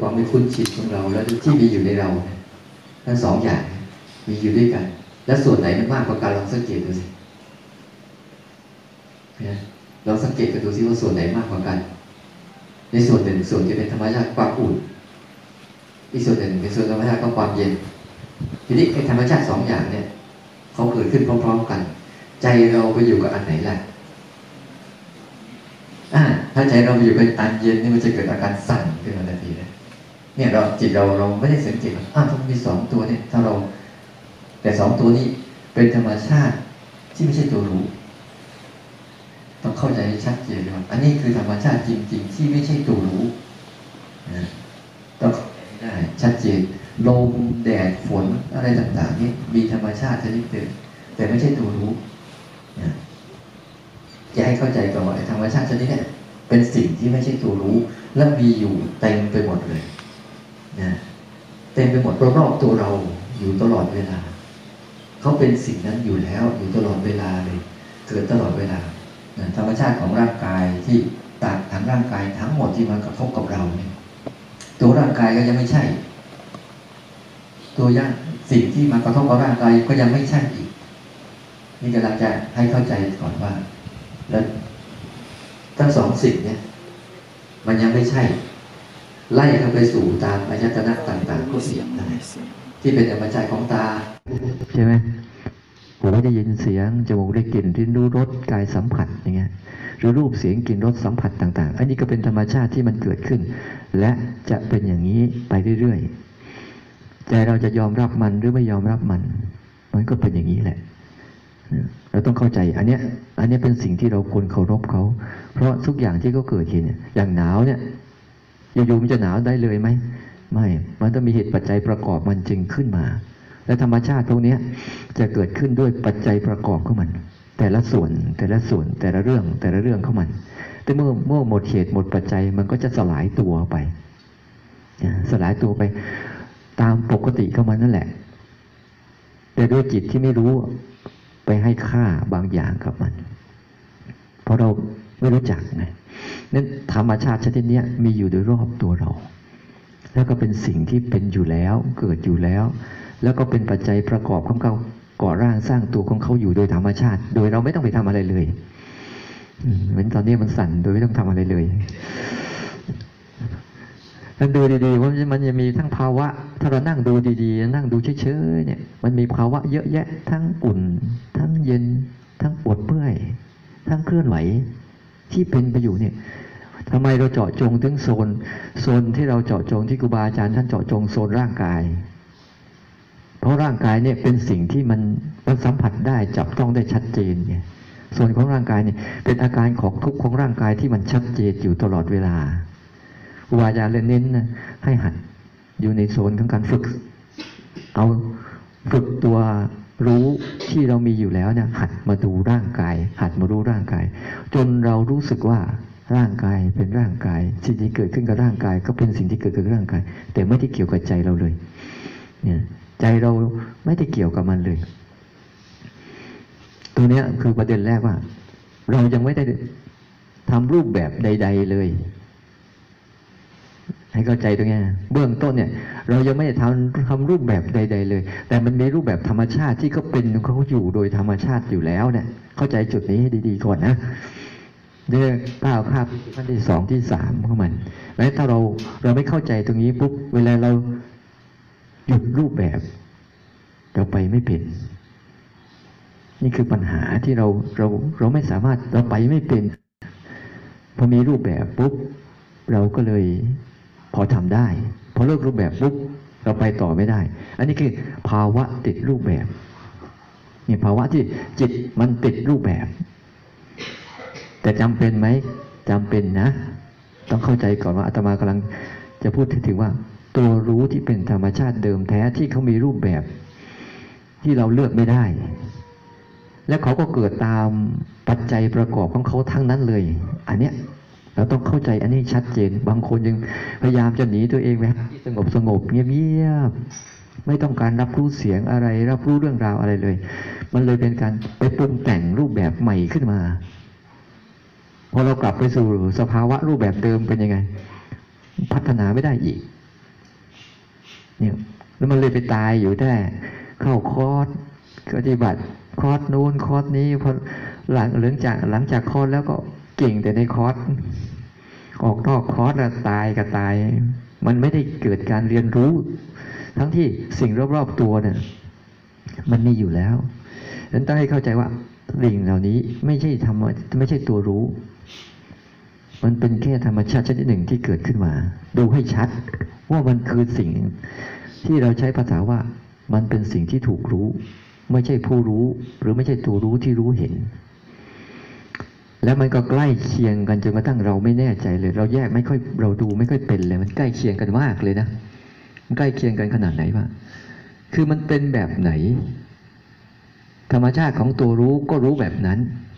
ความไม่คุ้นชินของเราและที่มีอยู่ในเราทั้งสองอย่างมีอยู่ด้วยกันและส่วนไหนมันมากกว่ากันลองสังเกตดูสิลองสังเกตกันดูสิว่าส่วนไหนมากกว่ากันในส่วนหนึ่งส่วนที่เป็นธรรมชาติความอุ่นอีกส่วนหนึ่งเป็นส่วนธรรมชาติของความเย็นทีนี้ไอ้ธรรมชาติสองอย่างเนี่ยเขาเกิดขึ้นพร้อมๆกันใจเราไปอยู่กับอันไหนล่ะถ้าใจเราไปอยู่กับอันเย็นนี่มันจะเกิดอาการสั่นขึ้นมาทันทีนะเนี่ยเราจิตเราไม่ได้สังเกตต้องมีสองตัวเนี่ยถ้าเราแต่สองตัวนี้เป็นธรรมชาติที่ไม่ใช่ตัวรู้ต้องเข้าใจให้ชัดเจนเลยว่าอันนี้คือธรรมชาติจริงๆที่ไม่ใช่ตัวรู้นะต้องเข้าใจให้ได้ชัดเจนลมแดดฝนอะไรต่างๆนี่มีธรรมชาติชนิดหนึ่งแต่ไม่ใช่ตัวรู้นะจะให้เข้าใจก่อนว่าธรรมชาติชนิดนี้เป็นสิ่งที่ไม่ใช่ตัวรู้และมีอยู่เต็มไปหมดเลยนะเต็มไปหมดรอบๆตัวเราอยู่ตลอดเวลาเขาเป็นสิ่งนั้นอยู่แล้วอยู่ตลอดเวลาเลยเกิดตลอดเวลาธรรมชาติของร่างกายที่ต่างทางร่างกายทั้งหมดที่มากระทบกับเราเนี่ยตัวร่างกายก็ยังไม่ใช่ตัวสิ่งที่มากระทบกับร่างกายก็ยังไม่ใช่อีกนี่กำลังจะให้เข้าใจก่อนว่าแล้วทั้งสองสิ่งเนี่ยมันยังไม่ใช่ไล่เข้าไปสู่ตามอายตนะต่างๆก็เสียงได้ที่เป็นธรรมชาติของตาใช่ไหมหูได้ยินเสียงจมูกได้กลิ่นลิ้นรู้รสกายสัมผัสอย่างเงี้ยหรือรูปเสียงกลิ่นรสสัมผัสต่างๆอันนี้ก็เป็นธรรมชาติที่มันเกิดขึ้นและจะเป็นอย่างนี้ไปเรื่อยๆใจเราจะยอมรับมันหรือไม่ยอมรับมันก็เป็นอย่างนี้แหละเราต้องเข้าใจอันเนี้ยเป็นสิ่งที่เราควรเคารพเขาเพราะทุกอย่างที่เขาเกิดขึ้นเนี่ยอย่างหนาวเนี่ยอยู่ๆมันจะหนาวได้เลยไหมไม่มันต้องมีเหตุปัจจัยประกอบมันจึงขึ้นมาและธรรมชาติพวกนี้จะเกิดขึ้นด้วยปัจจัยประกอบของมันแต่ละส่วนแต่ละเรื่องของมันแต่เมื่อหมดเหตุหมดปัจจัยมันก็จะสลายตัวไปตามปกติของมันนั่นแหละแต่ด้วยจิตที่ไม่รู้ไปให้ค่าบางอย่างกับมันเพราะเราไม่รู้จักไงนั้นธรรมชาติชนิดนี้มีอยู่โดยรอบตัวเราแล้วก็เป็นสิ่งที่เป็นอยู่แล้วเกิดอยู่แล้วแล้วก็เป็นปัจจัยประกอบของเขาก่อร่างสร้างตัวของเขาอยู่โดยธรรมชาติโดยเราไม่ต้องไปทำอะไรเลยเหมือนตอนนี้มันสั่นโดยไม่ต้องทำอะไรเลยถ้าดูดีๆว่ามันจะมีทั้งภาวะถ้าเรานั่งดูดีๆนั่งดูเฉยๆเนี่ยมันมีภาวะเยอะแยะทั้งอุ่นทั้งเย็นทั้งปวดเมื่อยทั้งเคลื่อนไหวที่เป็นไปอยู่เนี่ยทำไมเราเจาะจงถึงโซนที่เราเจาะจงที่ครูบาอาจารย์ท่านเจาะจงโซนร่างกายเพราะร่างกายเนี่ยเป็นสิ่งที่มันสัมผัสได้จับต้องได้ชัดเจนไงส่วนของร่างกายเนี่ยเป็นอาการของทุกข์ของร่างกายที่มันชัดเจนอยู่ตลอดเวลาครูบาอาจารย์เน้นนะให้หัดอยู่ในโซนของการฝึกตัวรู้ที่เรามีอยู่แล้วเนี่ยหัดมาดูร่างกายหัดมารู้ร่างกายจนเรารู้สึกว่าร่างกายเป็นร่างกายสิ่งที่เกิดขึ้นกับร่างกายก็เป็นสิ่งที่เกิดขึ้นกับร่างกายแต่ไม่ได้เกี่ยวกับใจเราเลยเนี่ยใจเราไม่ได้เกี่ยวกับมันเลยตัวนี้คือประเด็นแรกว่าเรายังไม่ได้ทำรูปแบบใดๆเลยให้เข้าใจตรงนี้เบื้องต้นเนี่ยเรายังไม่ได้ทำรูปแบบใดๆเลยแต่มันมีรูปแบบธรรมชาติที่เขาเป็นเขาอยู่โดยธรรมชาติอยู่แล้วเนี่ยเข้าใจจุดนี้ให้ดีๆก่อนนะเนี่ยก้าวข้ามขั้นที่2ที่3ของมันแล้วถ้าเราไม่เข้าใจตรงนี้ปุ๊บเวลาเราหยุดรูปแบบเราไปไม่เป็นนี่คือปัญหาที่เราไม่สามารถเราไปไม่เป็นพอมีรูปแบบปุ๊บเราก็เลยพอทำได้พอเลิกรูปแบบปุ๊บเราไปต่อไม่ได้อันนี้คือภาวะติดรูปแบบนี่ภาวะที่จิตมันติดรูปแบบแต่จำเป็นไหมจำเป็นนะต้องเข้าใจก่อนว่าอาตมากำลังจะพูดถึงว่าตัวรู้ที่เป็นธรรมชาติเดิมแท้ที่เขามีรูปแบบที่เราเลือกไม่ได้และเขาก็เกิดตามปัจจัยประกอบของเขาทั้งนั้นเลยอันเนี้ยเราต้องเข้าใจอันนี้ชัดเจนบางคนยังพยายามจะหนีตัวเองไปสงบเงียบๆไม่ต้องการรับรู้เสียงอะไรรับรู้เรื่องราวอะไรเลยมันเลยเป็นการไปปรุงแต่งรูปแบบใหม่ขึ้นมาพอเรากลับไปสู่สภาวะรูปแบบเดิมเป็นยังไงพัฒนาไม่ได้อีกเนี่ยแล้วมันเลยไปตายอยู่ได้เข้าคอร์สปฏิบัติคอร์สนู้นคอร์สนี้พอหลังจากคอร์สแล้วก็เก่งแต่ในคอร์สออกนอกคอร์สแล้วตายก็ตายมันไม่ได้เกิดการเรียนรู้ทั้งที่สิ่งรอบๆตัวเนี่ยมันมีอยู่แล้วฉะนั้นต้องให้เข้าใจว่าสิ่งเหล่านี้ไม่ใช่ตัวรู้มันเป็นแค่ธรรมชาติชนิดหนึ่งที่เกิดขึ้นมาดูให้ชัดว่ามันคือสิ่งที่เราใช้ภาษาว่ามันเป็นสิ่งที่ถูกรู้ไม่ใช่ผู้รู้หรือไม่ใช่ตัวรู้ที่รู้เห็นแล้วมันก็ใกล้เคียงกันจนกระทั่งเราไม่แน่ใจเลยเราแยกไม่ค่อยเราดูไม่ค่อยเป็นเลยมันใกล้เคียงกันมากเลยนะมันใกล้เคียงกันขนาดไหนวะคือมันเป็นแบบไหนธรรมชาติของตัวรู้ก็รู้แบบนั้น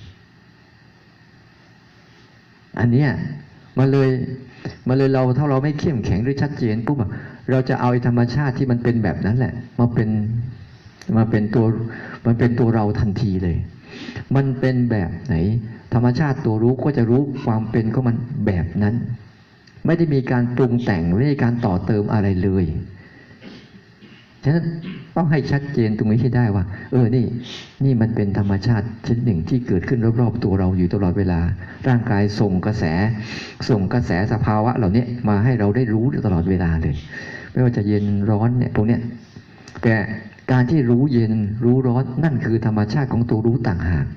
อันเนี้ยมันเลยเราถ้าเราไม่เข้มแข็งหรือชัดเจนปุ๊บเราจะเอาธรรมชาติที่มันเป็นแบบนั้นแหละมาเป็นตัวเราทันทีเลยมันเป็นแบบไหนธรรมชาติตัวรู้ก็จะรู้ความเป็นของมันแบบนั้นไม่ได้มีการปรุงแต่งไม่ได้การต่อเติมอะไรเลยฉะนั้นต้องให้ชัดเจนตรงนี้ให้ได้ว่านี่มันเป็นธรรมชาติชนิดหนึ่งที่เกิดขึ้นรอบๆตัวเราอยู่ตลอดเวลาร่างกายส่งกระแสสภาวะเหล่านี้มาให้เราได้รู้ตลอดเวลาเลยไม่ว่าจะเย็นร้อนเนี่ยพวกเนี้ยแต่การที่รู้เย็นรู้ร้อนนั่นคือธรรมชาติของตัวรู้ต่างหาก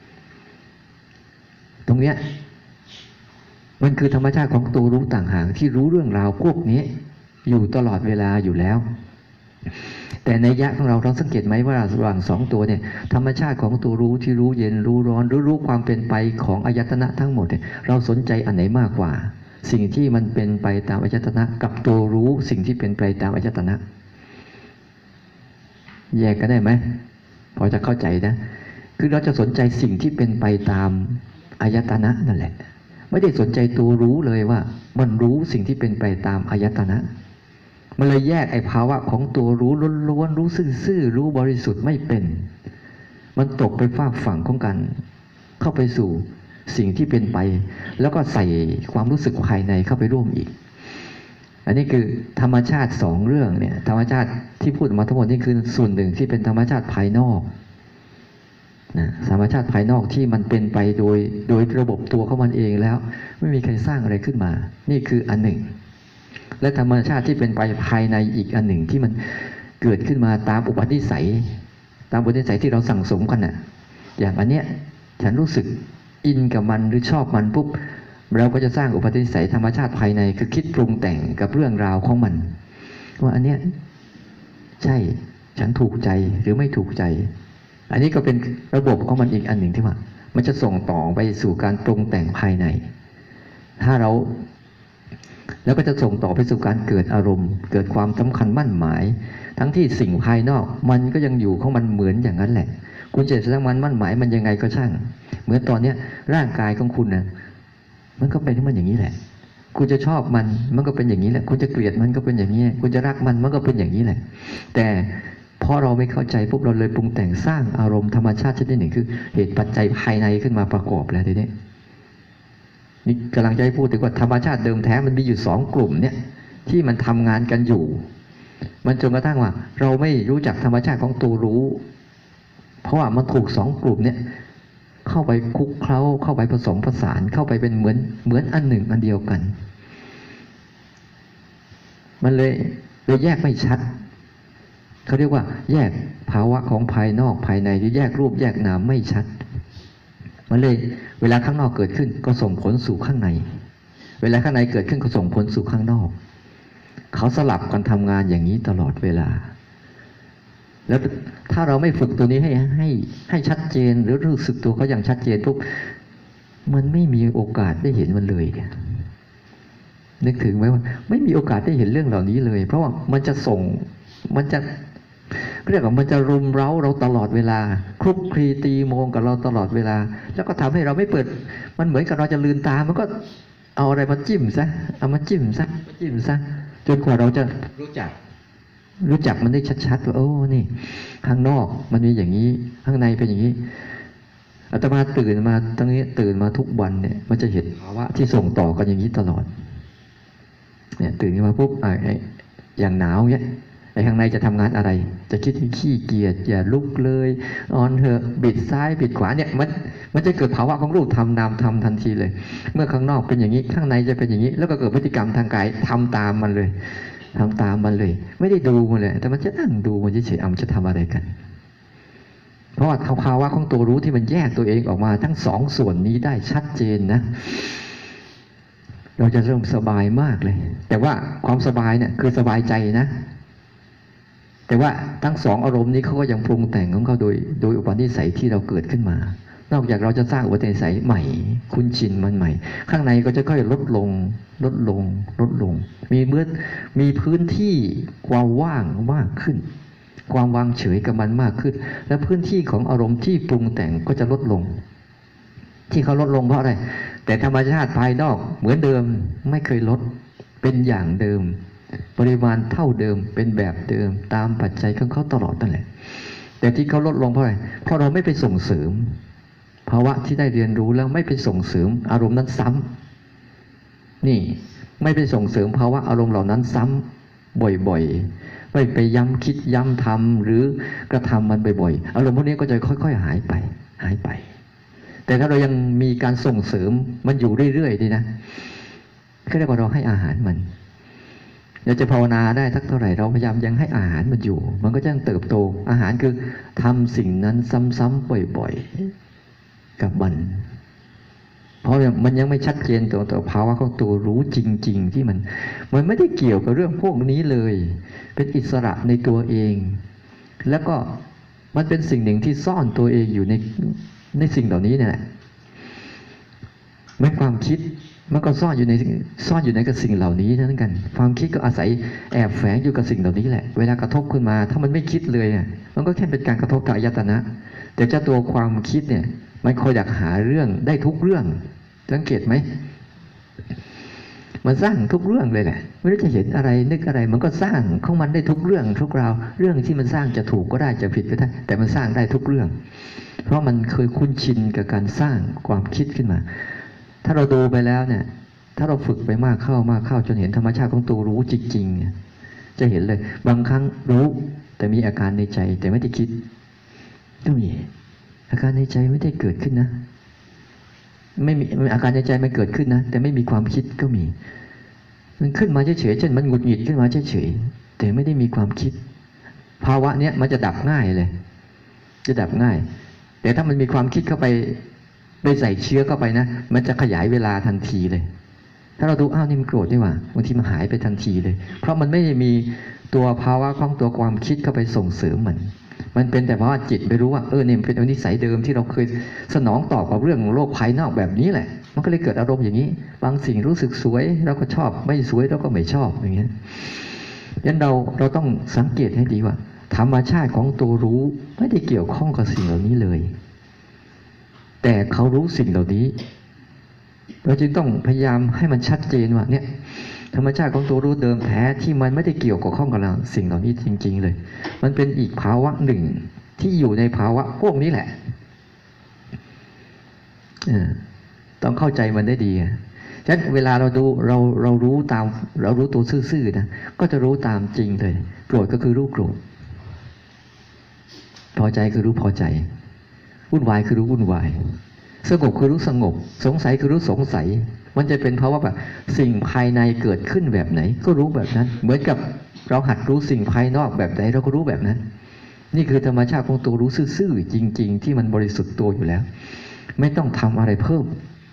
ตรงเนี้ยมันคือธรรมชาติของตัวรู้ต่างหากที่รู้เรื่องราวพวกนี้อยู่ตลอดเวลาอยู่แล้วแต่ในยะของเราสังเกตไหมว่าระหว่างสองตัวเนี่ยธรรมชาติของตัวรู้ที่รู้เย็นรู้ร้อนรู้ความเป็นไปของอายตนะทั้งหมดเนี่ยเราสนใจอันไหนมากกว่าสิ่งที่มันเป็นไปตามอายตนะกับตัวรู้สิ่งที่เป็นไปตามอายตนะแยกกันได้ไหมพอจะเข้าใจนะคือเราจะสนใจสิ่งที่เป็นไปตามอายตนะนั่นแหละไม่ได้สนใจตัวรู้เลยว่ามันรู้สิ่งที่เป็นไปตามอายตนะมันเลยแยกไอ้ภาวะของตัวรู้ล้วนๆรู้ซื่อๆรู้บริสุทธิ์ไม่เป็นมันตกไปฝากฝั่งของกันเข้าไปสู่สิ่งที่เป็นไปแล้วก็ใส่ความรู้สึกภายในเข้าไปร่วมอีกอันนี้คือธรรมชาติสองเรื่องเนี่ยธรรมชาติที่พูดมาทั้งหมดนี่คือส่วนหนึ่งที่เป็นธรรมชาติภายนอกนะธรรมชาติภายนอกที่มันเป็นไปโดยระบบตัวของมันเองแล้วไม่มีใครสร้างอะไรขึ้นมานี่คืออันหนึ่งและธรรมชาติที่เป็นไปภายในอีกอันหนึ่งที่มันเกิดขึ้นมาตามอุปนิสัยที่เราสั่งสมกันน่ะอย่างอันเนี้ยฉันรู้สึกอินกับมันหรือชอบมันปุ๊บเราก็จะสร้างอุปนิสัยธรรมชาติภายในคือคิดปรุงแต่งกับเรื่องราวของมันว่าอันเนี้ยใช่ฉันถูกใจหรือไม่ถูกใจอันนี้ก็เป็นระบบของมันอีกอันหนึ่งที่ว่ามันจะส่งต่อไปสู่การปรุงแต่งภายในถ้าเราแล้วก็จะส่งต่อไปสู่การเกิดอารมณ์เกิดความสำคัญมั่นหมายทั้งที่สิ่งภายนอกมันก็ยังอยู่ของมันเหมือนอย่างนั้นแหละคุณจะสร้างมันมั่นหมายมันยังไงก็ช่างเหมือนตอนเนี้ยร่างกายของคุณนะมันก็เป็นที่มันอย่างนี้แหละคุณจะชอบมันก็เป็นอย่างนี้แหละคุณจะเกลียดมันก็เป็นอย่างนี้คุณจะรักมันก็เป็นอย่างนี้แหละแต่พอเราไม่เข้าใจปุ๊บเราเลยปรุงแต่งสร้างอารมณ์ธรรมชาติชนิดหนึ่งคือเหตุปัจจัยภายในขึ้นมาประกอบแล้วทีนี้นี่กำลังจะให้พูดถึงว่าธรรมชาติเดิมแท้มันมีอยู่สองกลุ่มเนี่ยที่มันทำงานกันอยู่มันจนกระทั่งว่าเราไม่รู้จักธรรมชาติของตัวรู้เพราะว่ามันถูกสองกลุ่มเนี่ยเข้าไปคลุกเคล้าเข้าไปผสมผสานเข้าไปเป็นเหมือนอันหนึ่งอันเดียวกันมันเลยแยกไม่ชัดเขาเรียกว่าแยกภาวะของภายนอกภายในหรือแยกรูปแยกนามไม่ชัดมันเลยเวลาข้างนอกเกิดขึ้นก็ส่งผลสู่ข้างในเวลาข้างในเกิดขึ้นก็ส่งผลสู่ข้างนอกเขาสลับกันทำงานอย่างนี้ตลอดเวลาแล้วถ้าเราไม่ฝึกตัวนี้ให้ชัดเจนหรือรู้สึกตัวเขาอย่างชัดเจนปุ๊บมันไม่มีโอกาสได้เห็นมันเลยนึกถึงไหมว่าไม่มีโอกาสได้เห็นเรื่องเหล่านี้เลยเพราะว่ามันจะเรียกว่ามันจะรุมเร้าเราตลอดเวลาคลุกคลีตีโมงกับเราตลอดเวลาแล้วก็ทำให้เราไม่เปิดมันเหมือนกับเราจะลืมตามันก็เอาอะไรมาจิ้มซะเอามาจิ้มซะจนกว่าเราจะรู้จักมันได้ชัดๆว่าโอ้นี่ข้างนอกมันมีอย่างนี้ข้างในเป็นอย่างนี้อาตมาตื่นมาตรงนี้ตื่นมาทุกวันเนี่ยมันจะเห็นภาวะที่ส่งต่อกันอย่างนี้ตลอดเนี่ยตื่นขึ้นมาปุ๊บอย่างหนาวเนี่ยไอ้ข้างในจะทำงานอะไรจะคิดขี้เกียจอย่าลุกเลยนอนเถอะบิดซ้ายบิดขวาเนี่ยมันจะเกิดภาวะของรูปธรรมนามธรรมทันทีเลยเมื่อข้างนอกเป็นอย่างนี้ข้างในจะเป็นอย่างนี้แล้วก็เกิดพฤติกรรมทางกายทำตามมันเลยทำตามมันเลยไม่ได้ดูมันเลยแต่มันจะนั่งดูมันเฉยๆมันจะทำอะไรกันเพราะว่าภาวะของตัวรู้ที่มันแยกตัวเองออกมาทั้งสองส่วนนี้ได้ชัดเจนนะเราจะเริ่มสบายมากเลยแต่ว่าความสบายเนี่ยคือสบายใจนะแต่ว่าทั้งสองอารมณ์นี้เขาก็ยังปรุงแต่งของเขาโดยอุปนิสัยที่เราเกิดขึ้นมานอกจากเราจะสร้างอุปนิสัยใหม่คุ้นชินมันใหม่ข้างในก็จะค่อยลดลงมีพื้นที่ความว่างมากขึ้นความวางเฉยกับมันมากขึ้นและพื้นที่ของอารมณ์ที่ปรุงแต่งก็จะลดลงที่เขาลดลงเพราะอะไรแต่ธรรมชาติภายนอกเหมือนเดิมไม่เคยลดเป็นอย่างเดิมปริมาณเท่าเดิมเป็นแบบเดิมตามปัจจัยของเขาตลอดนั่นแหละแต่ที่เขาลดลงเพราะอะไรเพราะเราไม่ไปส่งเสริมภาวะที่ได้เรียนรู้แล้วไม่ไปส่งเสริมอารมณ์นั้นซ้ำนี่ไม่ไปส่งเสริมภาวะอารมณ์เหล่านั้นซ้ำบ่อยๆไม่ไปย้ำคิดย้ำทำหรือกระทำมันบ่อยๆอารมณ์พวกนี้ก็จะค่อยๆหายไปแต่ถ้าเรายังมีการส่งเสริมมันอยู่เรื่อยๆดีนะก็เรียกว่าเราให้อาหารมันเราจะภาวนาได้สักเท่าไหร่เราพยายามยังให้อาหารมันอยู่มันก็จะเติบโตอาหารคือทำสิ่งนั้นซ้ำๆบ่อยๆกับมันเพราะมันยังไม่ชัดเจนตัวภาวะของตัวรู้จริงๆที่มันไม่ได้เกี่ยวกับเรื่องพวกนี้เลยเป็นอิสระในตัวเองแล้วก็มันเป็นสิ่งหนึ่งที่ซ่อนตัวเองอยู่ในสิ่งเหล่านี้เนี่ยแหละไม่ความคิดมันก็ซ่อนอยู่ในกับสิ่งเหล่านี้นั่นกันความคิดก็อาศัยแอบแฝงอยู่กับสิ่งเหล่านี้แหละเวลากระทบขึ้นมาถ้ามันไม่คิดเลยมันก็แค่เป็นการกระทบกับอายตนะแต่เจ้าตัวความคิดเนี่ยมันคอยอยากหาเรื่องได้ทุกเรื่องสังเกตไหมมันสร้างทุกเรื่องเลยแหละไม่รู้จะเห็นอะไรนึกอะไรมันก็สร้างของมันได้ทุกเรื่องทุกราวเรื่องที่มันสร้างจะถูกก็ได้จะผิดก็ได้แต่มันสร้างได้ทุกเรื่องเพราะมันเคยคุ้นชินกับการสร้างความคิดขึ้นมาถ้าเราดูไปแล้วเนี่ยถ้าเราฝึกไปมากเข้าจนเห็นธรรมชาติของตัวรู้จริงๆเนี่ยจะเห็นเลยบางครั้งรู้แต่มีอาการในใจแต่ไม่ได้คิดก็มีอาการในใจไม่ได้เกิดขึ้นนะไม่มีอาการในใจไม่เกิดขึ้นนะแต่ไม่มีความคิดก็มีมันขึ้นมาเฉยๆเช่นมันหงุดหงิดขึ้นมาเฉยๆแต่ไม่ได้มีความคิดภาวะเนี้ยมันจะดับง่ายเลยจะดับง่ายแต่ถ้ามันมีความคิดเข้าไปใส่เชื้อเข้าไปนะมันจะขยายเวลาทันทีเลยถ้าเราดูอ้าวนี่มันโกรธนี่หว่าบางทีมันหายไปทันทีเลยเพราะมันไม่ได้มีตัวภาวะของตัวความคิดเข้าไปส่งเสริมมันเป็นแต่เพราะว่าจิตไปรู้ว่าเนี่ยเป็นนิสัยเดิมที่เราเคยสนองตอบกับเรื่องโลกภายนอกแบบนี้แหละมันก็เลยเกิดอารมณ์อย่างนี้บางสิ่งรู้สึกสวยเราก็ชอบไม่สวยเราก็ไม่ชอบอย่างเงี้ยดังนั้นเราต้องสังเกตให้ดีว่าธรรมชาติของตัวรู้ไม่ได้เกี่ยวข้องกับสิ่งเหล่านี้เลยแต่เขารู้สิ่งเหล่านี้เราจึงต้องพยายามให้มันชัดเจนว่าเนี่ยธรรมชาติของตัวรู้เดิมแท้ที่มันไม่ได้เกี่ยวกับข้องกับเราสิ่งเหล่านี้จริงๆเลยมันเป็นอีกภาวะหนึ่งที่อยู่ในภาวะพวกนี้แหละต้องเข้าใจมันได้ดีฉะนั้นเวลาเราดูเรารู้ตามเรารู้ตัวซื่อๆนะก็จะรู้ตามจริงเลยโกรธก็คือรู้โกรธพอใจคือรู้พอใจวุ่นวายคือรู้วุ่นวายสงบคือรู้สงบสงสัยคือรู้สงสัยมันจะเป็นเพราะว่าแบบสิ่งภายในเกิดขึ้นแบบไหนก็รู้แบบนั้นเหมือนกับเราหัดรู้สิ่งภายนอกแบบไหนเราก็รู้แบบนั้นนี่คือธรรมชาติของตัวรู้ซื่อๆจริงๆที่มันบริสุทธิ์ตัวอยู่แล้วไม่ต้องทำอะไรเพิ่ม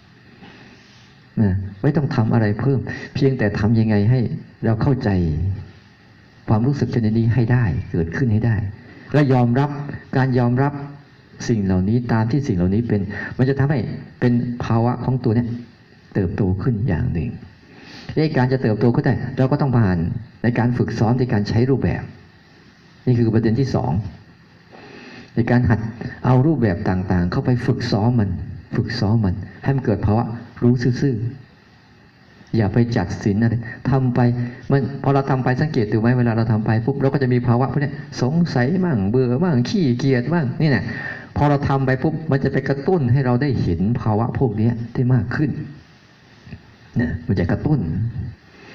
ไม่ต้องทำอะไรเพิ่มเพียงแต่ทำยังไงให้เราเข้าใจความรู้สึกชนิดนี้ให้ได้เกิดขึ้นให้ได้และยอมรับการยอมรับสิ่งเหล่านี้ตามที่สิ่งเหล่านี้เป็นมันจะทำให้เป็นภาวะของตัวนี้เติบโตขึ้นอย่างหนึ่งในการจะเติบโตขึ้นได้เราก็ต้องผ่านในการฝึกซ้อมในการใช้รูปแบบนี่คือประเด็นที่สองในการหัดเอารูปแบบต่างๆเข้าไปฝึกซ้อมมันให้มันเกิดภาวะรู้ซื่อๆอย่าไปจัดสินอะไรทำไปมันพอเราทำไปสังเกตดูไหมเวลาเราทำไปปุ๊บเราก็จะมีภาวะพวกนี้สงสัยมั่งเบื่อมั่งขี้เกียจมั่งนี่แหละพอเราทำไปปุ๊บมันจะไปกระตุ้นให้เราได้เห็นภาวะพวกนี้ได้มากขึ้นเนี่ยมันจะกระตุ้น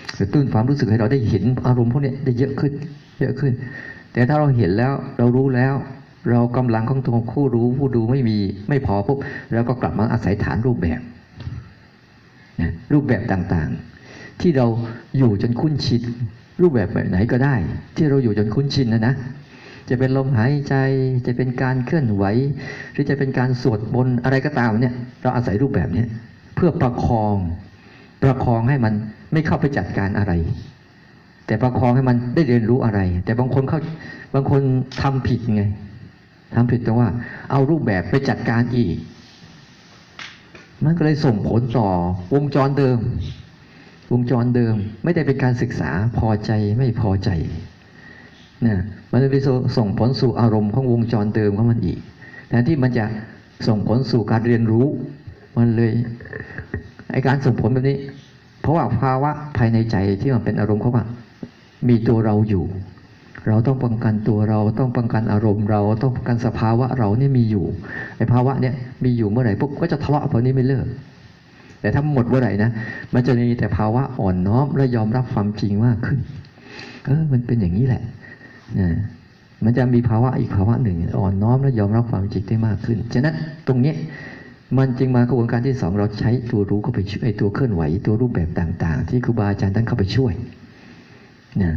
กระตุ้นความรู้สึกให้เราได้เห็นอารมณ์พวกนี้ได้เยอะขึ้นเยอะขึ้นแต่ถ้าเราเห็นแล้วเรารู้แล้วเรากำลังของตัวผู้รู้ผู้ดูไม่พอปุ๊บเราก็กลับมาอาศัยฐานรูปแบบนะรูปแบบต่างๆที่เราอยู่จนคุ้นชินรูปแบบไหนก็ได้ที่เราอยู่จนคุ้นชินนะจะเป็นลมหายใจจะเป็นการเคลื่อนไหวหรือจะเป็นการสวดมนต์อะไรก็ตามเนี่ยเราอาศัยรูปแบบนี้เพื่อประคองให้มันไม่เข้าไปจัดการอะไรแต่ประคองให้มันได้เรียนรู้อะไรแต่บางคนทำผิดไงทำผิดตรงว่าเอารูปแบบไปจัดการอีกมันก็เลยส่งผลต่อวงจรเดิมไม่ได้เป็นการศึกษาพอใจไม่พอใจนะมันจะไปส่งผลสู่อารมณ์ของวงจรเดิมของมันอีกแทนที่มันจะส่งผลสู่การเรียนรู้มันเลยไอ้การส่งผลแบบนี้เพราะว่าภาวะภายในใจที่มันเป็นอารมณ์เขาว่ามีตัวเราอยู่เราต้องป้องกันตัวเราต้องป้องกันอารมณ์เราต้องป้องกันสภาวะเราเนี่ยมีอยู่ไอ้ภาวะเนี่ยมีอยู่เมื่อไหร่ปุ๊บก็จะทะเลาะเพราะนี้ไม่เลิกแต่ถ้าหมดเมื่อไหร่นะมันจะมีแต่ภาวะอ่อนน้อมและยอมรับความจริงมากขึ้นมันเป็นอย่างนี้แหละมันจะมีภาวะอีกภาวะหนึ่งอ่อนน้อมและยอมรับความจริงได้มากขึ้นฉะนั้นตรงนี้มันจึงมากระบวนการที่สองเราใช้ตัวรู้เข้าไปช่วยตัวเคลื่อนไหวตัวรูปแบบต่างๆที่ครูบาอาจารย์ท่านเข้าไปช่วยนะ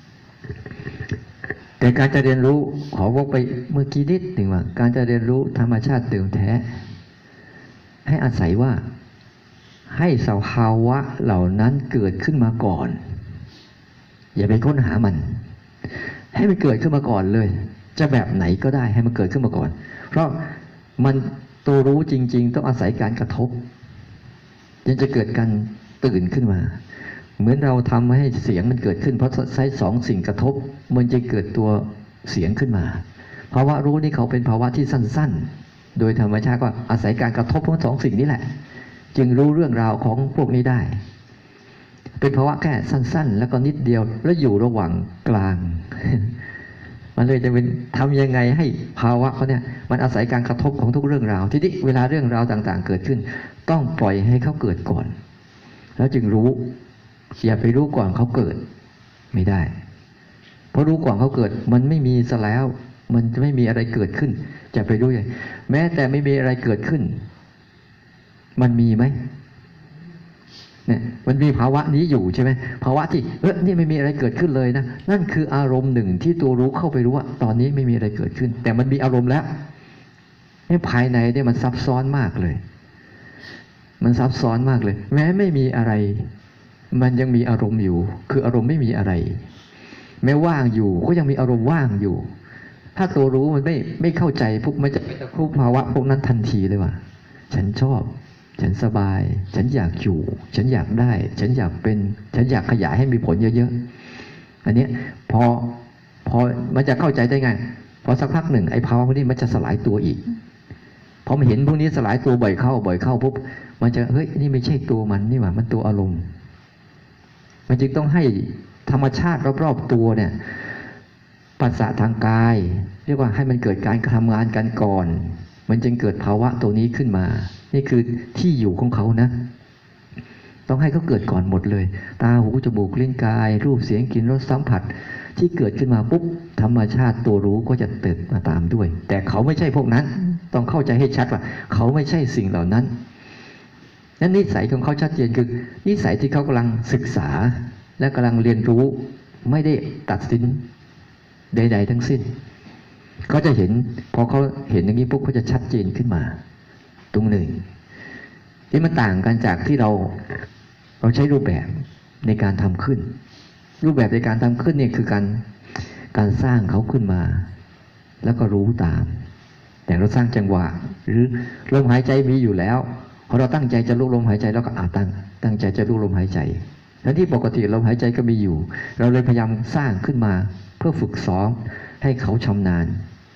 แต่การจะเรียนรู้ขอวกไปเมื่อกี้นิดหนึ่งว่าการจะเรียนรู้ธรรมชาติเดิมแท้ให้อาศัยว่าให้สภาวะเหล่านั้นเกิดขึ้นมาก่อนอย่าไปค้นหามันให้มันเกิดขึ้นมาก่อนเลยจะแบบไหนก็ได้ให้มันเกิดขึ้นมาก่อนเพราะมันตัวรู้จริงๆต้องอาศัยการกระทบยังจะเกิดการตื่นขึ้นมาเหมือนเราทำให้เสียงมันเกิดขึ้นเพราะใช้สองสิ่งกระทบมันจะเกิดตัวเสียงขึ้นมาภาวะรู้นี่เขาเป็นภาวะที่สั้นๆโดยธรรมชาติก็อาศัยการกระทบทั้งสองสิ่งนี้แหละจึงรู้เรื่องราวของพวกนี้ได้เป็นภาวะแค่สั้นๆแล้วก็นิดเดียวแล้วอยู่ระหว่างกลางมันเลยจะเป็นทำยังไงให้ภาวะเขาเนี่ยมันอาศัยการกระทบของทุกเรื่องราวที่นี่เวลาเรื่องราวต่างๆเกิดขึ้นต้องปล่อยให้เขาเกิดก่อนแล้วจึงรู้อย่าไปรู้ก่อนเขาเกิดไม่ได้เพราะรู้ก่อนเขาเกิดมันไม่มีซะแล้วมันจะไม่มีอะไรเกิดขึ้นจะไปรู้ยังแม้แต่ไม่มีอะไรเกิดขึ้นมันมีไหมเนี่ยมันมีภาวะนี้อยู่ใช่ไหมภาวะที่นี่ไม่มีอะไรเกิดขึ้นเลยนะนั่นคืออารมณ์หนึ่งที่ตัวรู้เข้าไปรู้ว่าตอนนี้ไม่มีอะไรเกิดขึ้นแต่มันมีอารมณ์แล้วนี่ภายในเนี่ยมันซับซ้อนมากเลยมันซับซ้อนมากเลยแม้ไม่มีอะไรมันยังมีอารมณ์อยู่คืออารมณ์ไม่มีอะไรแม้ว่างอยู่ก็ยังมีอารมณ์ว่างอยู่ถ้าตัวรู้มันไม่เข้าใจพวกมันจะเป็นพวกภาวะพวกนั้นทันทีเลยว่าฉันชอบฉันสบายฉันอยากอยู่ฉันอยากได้ฉันอยากเป็นฉันอยากขยายให้มีผลเยอะๆอันนี้พอมันจะเข้าใจได้ไงพอสักพักหนึ่งไอ้ภาวะพวกนี้มันจะสลายตัวอีกพอมันเห็นพวกนี้สลายตัวบ่อยเข้าปุ๊บมันจะเฮ้ยนี่ไม่ใช่ตัวมันนี่หว่ามันตัวอารมณ์มันจึงต้องให้ธรรมชาติรอบๆตัวเนี่ยปัสสะทางกายเรียกว่าให้มันเกิดการทำงานกันก่อนมันจึงเกิดภาวะตัวนี้ขึ้นมานี่คือที่อยู่ของเขานะต้องให้เขาเกิดก่อนหมดเลยตาหูจมูกลิ้นกายรูปเสียงกลิ่นรสสัมผัสที่เกิดขึ้นมาปุ๊บธรรมชาติตัวรู้ก็จะเติบมาตามด้วยแต่เขาไม่ใช่พวกนั้นต้องเข้าใจให้ชัดว่าเขาไม่ใช่สิ่งเหล่านั้นนั้นนิสัยของเขาชัดเจนคือนิสัยที่เขากำลังศึกษาและกำลังเรียนรู้ไม่ได้ตัดสินใดๆทั้งสิ้นเขาจะเห็นพอเขาเห็นอย่างนี้ปุ๊บเขาจะชัดเจนขึ้นมาตรงหนึ่งที่มันต่างกันจากที่เราใช้รูปแบบในการทำขึ้นรูปแบบในการทำขึ้นเนี่ยคือการสร้างเขาขึ้นมาแล้วก็รู้ตามแต่เราสร้างจังหวะหรือลมหายใจมีอยู่แล้วพอเราตั้งใจจะรู้ลมหายใจแล้วก็ตั้งใจจะรู้ลมหายใจแล้วที่ปกติลมหายใจก็มีอยู่เราเลยพยายามสร้างขึ้นมาเพื่อฝึกซ้อมให้เขาชำนาญ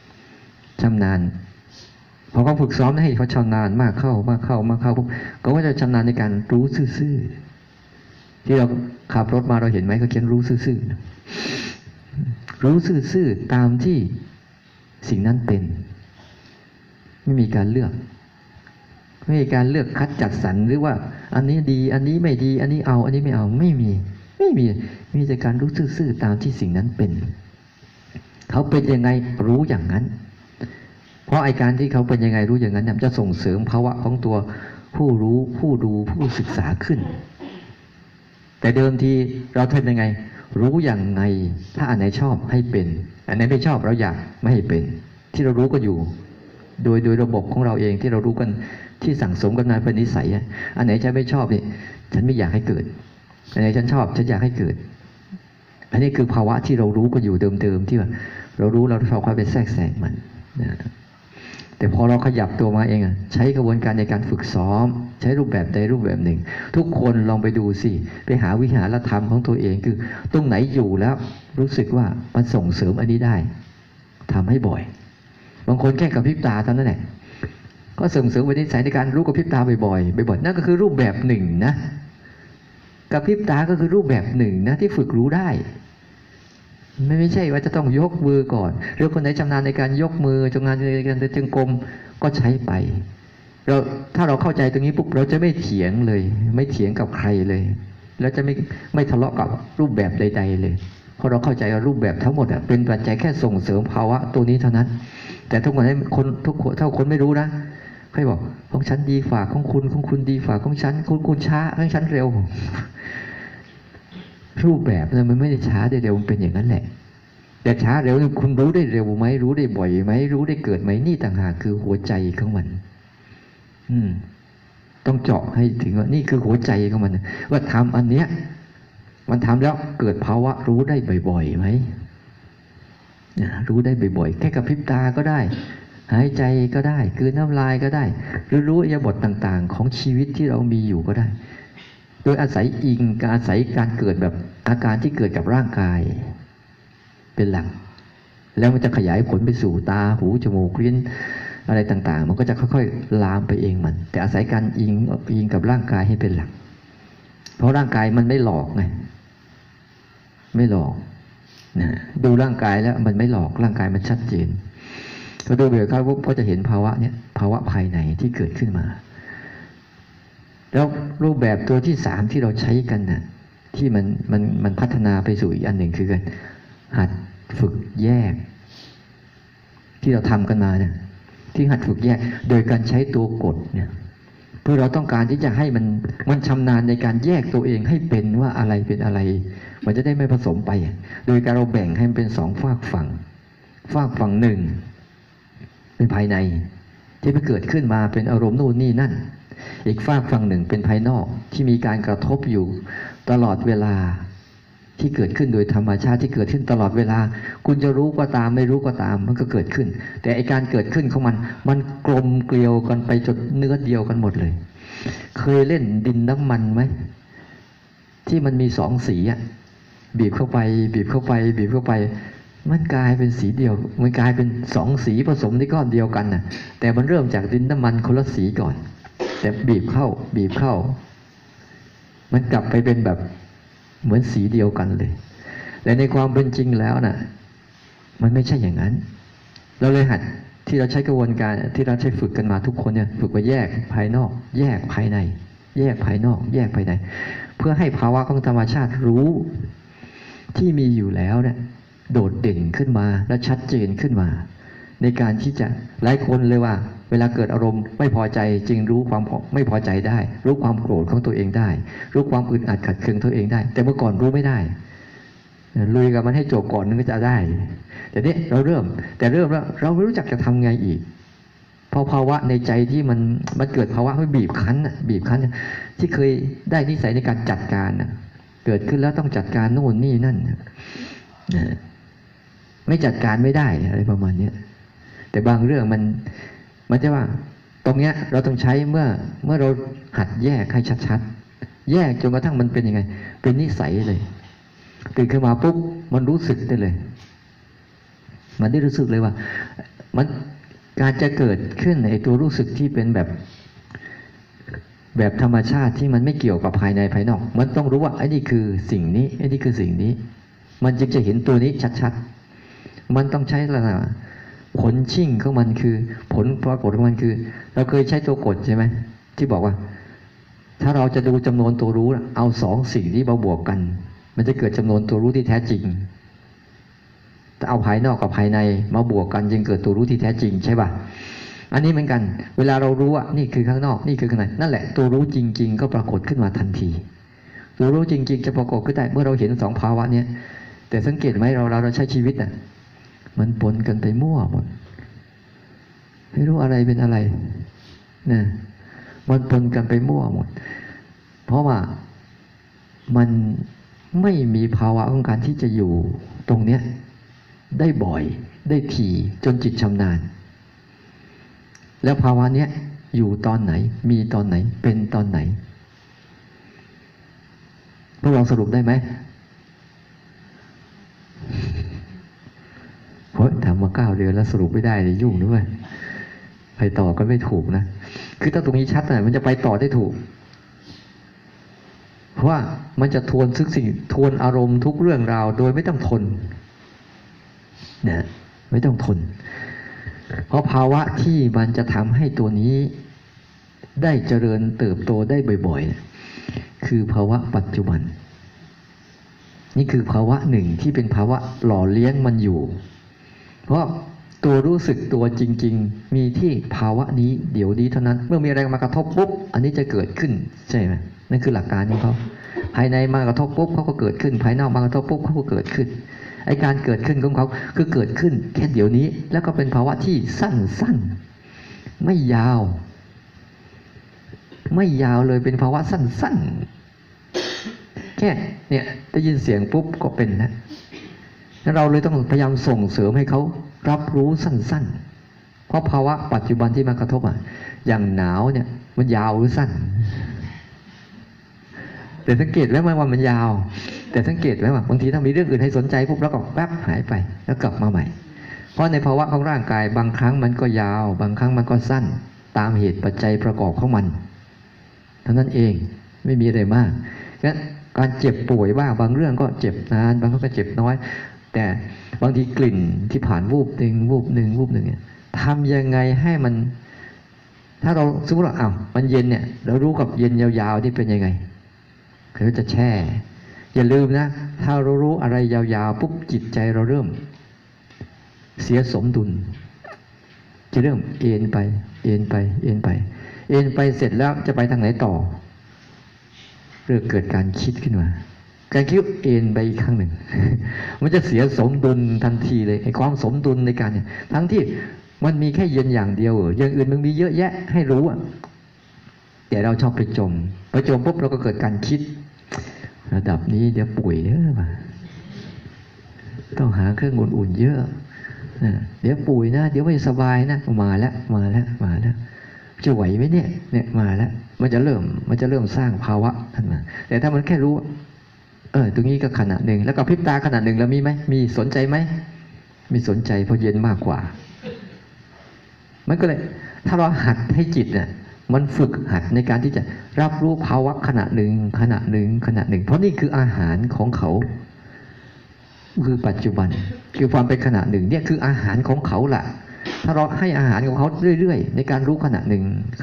พอเขาฝึกซ้อมให้เขาชำนาญมากเข้าปุ๊บเขาก็จะชำนาญในการรู้ซื่อๆที่เราขับรถมาเราเห็นไหมเขาเขียนรู้ซื่อๆรู้ซื่อๆตามที่สิ่งนั้นเป็นไม่มีการเลือกคัดจัดสรรหรือว่าอันนี้ดีอันนี้ไม่ดีอันนี้เอาอันนี้ไม่เอาไม่มีไม่มีมีแต่การรู้ซื่อๆตามที่สิ่งนั้นเป็นเขาเป็นยังไงรู้อย่างนั้นเพราะไอการที่เขาเป็นยังไงรู้อย่างนั้นจะส่งเสริมภาวะของตัวผู้รู้ผู้ดูผู้ศึกษาขึ้นแต่เดิมทีเราทำยังไงรู้อย่างไงถ้าอันไหนชอบให้เป็นอันไหนไม่ชอบเราอยากไม่ให้เป็นที่เรารู้ก็อยู่โดยระบบของเราเองที่เรารู้กันที่สั่งสมกันมาเป็นนิสัยอันไหนฉันไม่ชอบนี่ฉันไม่อยากให้เกิดอันไหนฉันชอบฉันอยากให้เกิดอันนี้คือภาวะที่เรารู้ก็อยู่เดิมๆที่ว่าเรารู้เราค่อยไปแทรกแซงมันนะแต่พอเราขยับตัวมาเองใช้กระบวนการในการฝึกซ้อมใช้รูปแบบใดรูปแบบหนึ่งทุกคนลองไปดูสิไปหาวิหารธรรมของตัวเองคือตรงไหนอยู่แล้วรู้สึกว่ามันส่งเสริมอันนี้ได้ทำให้บ่อยบางคนแค่กระพริบตาเท่านั้นแหละก็ส่งเสริมวิสัยในการรู้กระพริบตาบ่อยๆนั่นก็คือรูปแบบหนึ่งนะกระพริบตาก็คือรูปแบบหนึ่งนะที่ฝึกรู้ได้ไม่ใช่ว่าจะต้องยกมือก่อนหรือคนไหนชำนาญในการยกมือชำนาญในการเดินจงกรมก็ใช้ไปถ้าเราเข้าใจตรงนี้ปุ๊บเราจะไม่เถียงเลยไม่เถียงกับใครเลยแล้วจะไม่ทะเลาะกับรูปแบบใดๆเลยเพราะเราเข้าใจว่ารูปแบบทั้งหมดเป็นปัจจัยแค่ส่งเสริมภาวะตัวนี้เท่านั้นแต่ทุกคนถ้าคนไม่รู้นะค่อยบอกของฉันดีฝ่าของคุณดีฝ่าของฉันคุณช้าของฉันเร็วรูปแบบมันไม่ได้ช้าได้เร็วมันเป็นอย่างนั้นแหละแต่ช้าเร็วคุณรู้ได้เร็วไหมรู้ได้บ่อยไหมรู้ได้เกิดไหมนี่ต่างหากคือหัวใจของมันต้องเจาะให้ถึงว่านี่คือหัวใจของมันว่าทำอันเนี้ยมันทำแล้วเกิดภาวะรู้ได้บ่อยๆไหมรู้ได้บ่อยๆแค่กระพริบตาก็ได้หายใจก็ได้กลืนน้ำลายก็ได้หรือรู้อิริยาบถต่างๆของชีวิตที่เรามีอยู่ก็ได้โดยอาศัยอาศัยการเกิดแบบอาการที่เกิดกับร่างกายเป็นหลักแล้วมันจะขยายผลไปสู่ตาหูจมูกลิ้นอะไรต่างๆมันก็จะค่อยๆลามไปเองมันแต่อาศัยการอิงกับร่างกายให้เป็นหลักเพราะร่างกายมันไม่หลอกไงไม่หลอกนะดูร่างกายแล้วมันไม่หลอกร่างกายมันชัดเจนพอดูเบื่อเขาก็จะเห็นภาวะเนี้ยภาวะภายในที่เกิดขึ้นมาแล้วรูปแบบตัวที่สามที่เราใช้กันน่ะที่มันพัฒนาไปสู่อีกอันหนึ่งคือการหัดฝึกแยกที่เราทำกันมาเนี่ยที่หัดฝึกแยกโดยการใช้ตัวกดเนี่ยเพื่อเราต้องการที่จะให้มันชำนาญในการแยกตัวเองให้เป็นว่าอะไรเป็นอะไรมันจะได้ไม่ผสมไปโดยการเราแบ่งให้มันเป็นสองฝากฝั่งหนึ่งเป็นภายในที่ไปเกิดขึ้นมาเป็นอารมณ์นู่นนี่นั่นอีกฝากฝั่งหนึ่งเป็นภายนอกที่มีการกระทบอยู่ตลอดเวลาที่เกิดขึ้นโดยธรรมชาติที่เกิดขึ้นตลอดเวลาคุณจะรู้ก็ตามไม่รู้ก็ตามมันก็เกิดขึ้นแต่ไอการเกิดขึ้นของมันกลมเกลียวกันไปจนเนื้อเดียวกันหมดเลยเคยเล่นดินน้ำมันไหมที่มันมีสองสีบีบเข้าไปบีบเข้าไปบีบเข้าไปมันกลายเป็นสีเดียวมันกลายเป็นสองสีผสมในก้อนเดียวกันน่ะแต่มันเริ่มจากดินน้ำมันคนละสีก่อนแต่บีบเข้ามันกลับไปเป็นแบบเหมือนสีเดียวกันเลยแต่ในความเป็นจริงแล้วน่ะมันไม่ใช่อย่างนั้นเราเลยหัดที่เราใช้กระบวนการที่เราใช้ฝึกกันมาทุกคนเนี่ยฝึกไปแยกภายนอกแยกภายในแยกภายนอกแยกภายในเพื่อให้ภาวะของธรรมชาติรู้ที่มีอยู่แล้วเนี่ยโดดเด่นขึ้นมาและชัดเจนขึ้นมาในการที่จะหลายคนเลยว่าเวลาเกิดอารมณ์ไม่พอใจจึงรู้ความไม่พอใจได้รู้ความโกรธของตัวเองได้รู้ความอึดอัดขัดเคืองตัวเองได้แต่เมื่อก่อนรู้ไม่ได้ลุยกับมันให้จบก่อนนึงก็จะได้แต่นี้เราเริ่มแล้วเราไม่รู้จักจะทำไงอีกพอภาวะในใจที่มันเกิดภาวะไม่บีบคั้นที่เคยได้นิสัยในการจัดการเกิดขึ้นแล้วต้องจัดการโน่นนี่นั่นไม่จัดการไม่ได้อะไรประมาณนี้แต่บางเรื่องมันจะว่าตรงเนี้ยเราต้องใช้เมื่อเราหัดแยกให้ชัดๆแยกจนกระทั่งมันเป็นยังไงเป็นนิสัยเลยตื่นขึ้นมาปุ๊บมันรู้สึกได้เลยมันได้รู้สึกเลยว่ามันการจะเกิดขึ้นในตัวรู้สึกที่เป็นแบบธรรมชาติที่มันไม่เกี่ยวกับภายในภายนอกมันต้องรู้ว่าไอ้นี่คือสิ่งนี้ไอ้นี่คือสิ่งนี้มันจึงจะเห็นตัวนี้ชัดๆมันต้องใช้ลักษณะผลชิ่งของมันคือผลปรากฏของมันคือเราเคยใช้ตัวกดใช่ไหมที่บอกว่าถ้าเราจะดูจำนวนตัวรู้เอาสองสิ่งที่มาบวกกันมันจะเกิดจำนวนตัวรู้ที่แท้จริงแต่เอาภายนอกกับภายในมาบวกกันจึงเกิดตัวรู้ที่แท้จริงใช่ป่ะอันนี้เหมือนกันเวลาเรารู้ว่านี่คือข้างนอกนี่คือข้างในนั่นแหละตัวรู้จริงๆก็ปรากฏขึ้นมาทันทีตัวรู้จริงๆจะปรากฏขึ้นได้เมื่อเราเห็นสองภาวะนี้แต่สังเกตไหมเราใช้ชีวิตน่ะมันปนกันไปมั่วหมดไม่รู้อะไรเป็นอะไรนะมันปนกันไปมั่วหมดเพราะว่ามันไม่มีภาวะของการที่จะอยู่ตรงเนี้ยได้บ่อยได้ถี่จนจิตชำนาญแล้วภาวะเนี้ยอยู่ตอนไหนมีตอนไหนเป็นตอนไหนพวกเราสรุปได้ไหมเพราะทำมา9 เดือนแล้วสรุปไม่ได้เลยยุ่งด้วยไปต่อก็ไม่ถูกนะคือถ้าตรงนี้ชัดนะมันจะไปต่อได้ถูกเพราะว่ามันจะทวนทุกสิ่งทวนอารมณ์ทุกเรื่องราวโดยไม่ต้องทนนะไม่ต้องทนเพราะภาวะที่มันจะทำให้ตัวนี้ได้เจริญเติบโตได้บ่อยๆคือภาวะปัจจุบันนี่คือภาวะหนึ่งที่เป็นภาวะหล่อเลี้ยงมันอยู่เพราะตัวรู้สึกตัวจริงๆมีที่ภาวะนี้เดี๋ยวนี้เท่านั้นเมื่อมีอะไรมากระทบปุ๊บอันนี้จะเกิดขึ้นใช่ไหมนั่นคือหลักการของเขาภายในมากระทบปุ๊บเขาก็เกิดขึ้นภายนอกมากระทบปุ๊บเขาก็เกิดขึ้นไอการเกิดขึ้นของเขาคือเกิดขึ้นแค่เดี๋ยวนี้แล้วก็เป็นภาวะที่สั้นๆไม่ยาวเลยเป็นภาวะสั้นๆแค่เนี่ยได้ยินเสียงปุ๊บก็เป็นนะแล้วเราเลยต้องพยายามส่งเสริมให้เขารับรู้สั้นๆเพราะภาวะปัจจุบันที่มากระทบอย่างหนาวเนี่ยมันยาวหรือสั้นแต่สังเกตแล้วว่ามันยาวแต่สังเกตไหมว่าบางทีถ้ามีเรื่องอื่นให้สนใจปุ๊บแล้วก็แป๊บหายไปแล้วกลับมาใหม่เพราะในภาวะของร่างกายบางครั้งมันก็ยาวบางครั้งมันก็สั้นตามเหตุปัจจัยประกอบของมันเท่านั้นเองไม่มีอะไรมากงั้นการเจ็บป่วยบ้างบางเรื่องก็เจ็บนานบางครั้งก็เจ็บน้อยแต่บางทีกลิ่นที่ผ่านวูบหนึ่งเนี่ยทำยังไงให้มันถ้าเราสมมติว่ามันเย็นเนี่ยเรารู้กับเย็นยาวๆที่เป็นยังไงคือจะแช่อย่าลืมนะถ้าเรารู้อะไรยาวๆปุ๊บจิตใจเราเริ่มเสียสมดุลจะเริ่มเอ็นไปเสร็จแล้วจะไปทางไหนต่อเริ่มเกิดการคิดขึ้นมาการคิดเอ็นไปอีกครั้งหนึ่ง มันจะเสียสมดุลทันทีเลยไอ้ความสมดุลในการเนี่ยทั้งที่มันมีแค่เย็นอย่างเดียวอย่างอื่นมันมีเยอะแยะให้รู้แต่เราชอบไปจมปุ๊บเราก็เกิดการคิดระดับนี้เดี๋ยวป่วยเด้อต้องหาเครื่องอุ่นๆเยอะเดี๋ยวป่วยนะเดี๋ยวไม่สบายนะมาแล้วจะไหวไหมเนี่ยมาแล้วมันจะเริ่มสร้างภาวะขึ้นมาแต่ถ้ามันแค่รู้ตรงนี้ก็ขณะหนึ่งแล้วก็พริบตาขณะหนึ่งแล้วมีไหมมีสนใจไหมมีสนใจเพราะเย็นมากกว่ามันก็เลยถ้าเราหัดให้จิตเนี่ยมันฝึกหัดในการที่จะรับรู้ภาวะขณะหนึ่งเพราะนี่คืออาหารของเขาคือปัจจุบันคือความเป็นขณะหนึ่งเนี่ยคืออาหารของเขาล่ะถ้าเราให้อาหารของเขาเรื่อยๆในการรู้ขณะหนึ่ง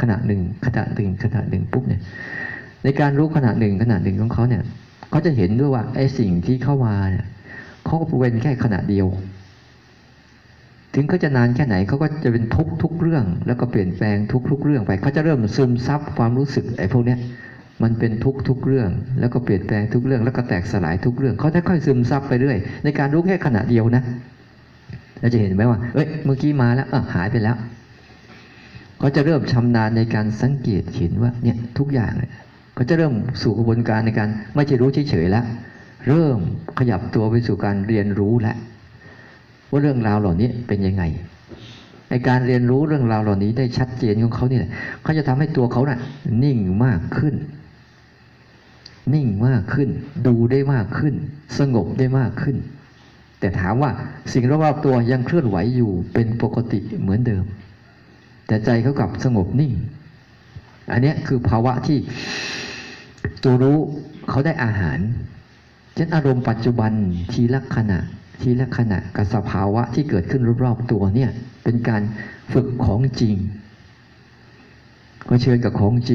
ปุ๊บเนี่ยในการรู้ขณะหนึ่งของเขาเนี่ยเขาจะเห็นด้วยว่าไอ้สิ่งที่เข้ามาเนี่ยเขาก็เป็นแค่ขณะเดียวถึงเขาจะนานแค่ไหนเขาก็จะเป็นทุกเรื่องแล้วก็เปลี่ยนแปลงทุกเรื่องไปเขาจะเริ่มซึมซับความรู้สึกไอ้พวกเนี้ยมันเป็นทุกเรื่องแล้วก็เปลี่ยนแปลงทุกเรื่องแล้วก็แตกสลายทุกเรื่องเขาจะค่อยซึมซับไปเรื่อยในการรู้แค่ขณะเดียวนะเราจะเห็นไหมว่าเมื่อกี้มาแล้วหายไปแล้วเขาจะเริ่มชำนาญในการสังเกตเห็นว่าเนี่ยทุกอย่างเลยเขาจะเริ่มสู่กระบวนการในการไม่ใช่รู้เฉยๆแล้วเริ่มขยับตัวไปสู่การเรียนรู้แล้วว่าเรื่องราวเหล่านี้เป็นยังไงในการเรียนรู้เรื่องราวเหล่านี้ได้ชัดเจนของเขาเนี่ยเขาจะทำให้ตัวเขาน่ะนิ่งมากขึ้นดูได้มากขึ้นสงบได้มากขึ้นแต่ถามว่าสิ่งรอบๆตัวยังเคลื่อนไหวอยู่เป็นปกติเหมือนเดิมแต่ใจเขากลับสงบนิ่งอันนี้คือภาวะที่ตัวรู้เขาได้อาหารเช่นอารมณ์ปัจจุบันทีละขณะกับสภาวะที่เกิดขึ้นรอบๆตัวเนี่ยเป็นการฝึกของจริงก็เชิญกับของจริง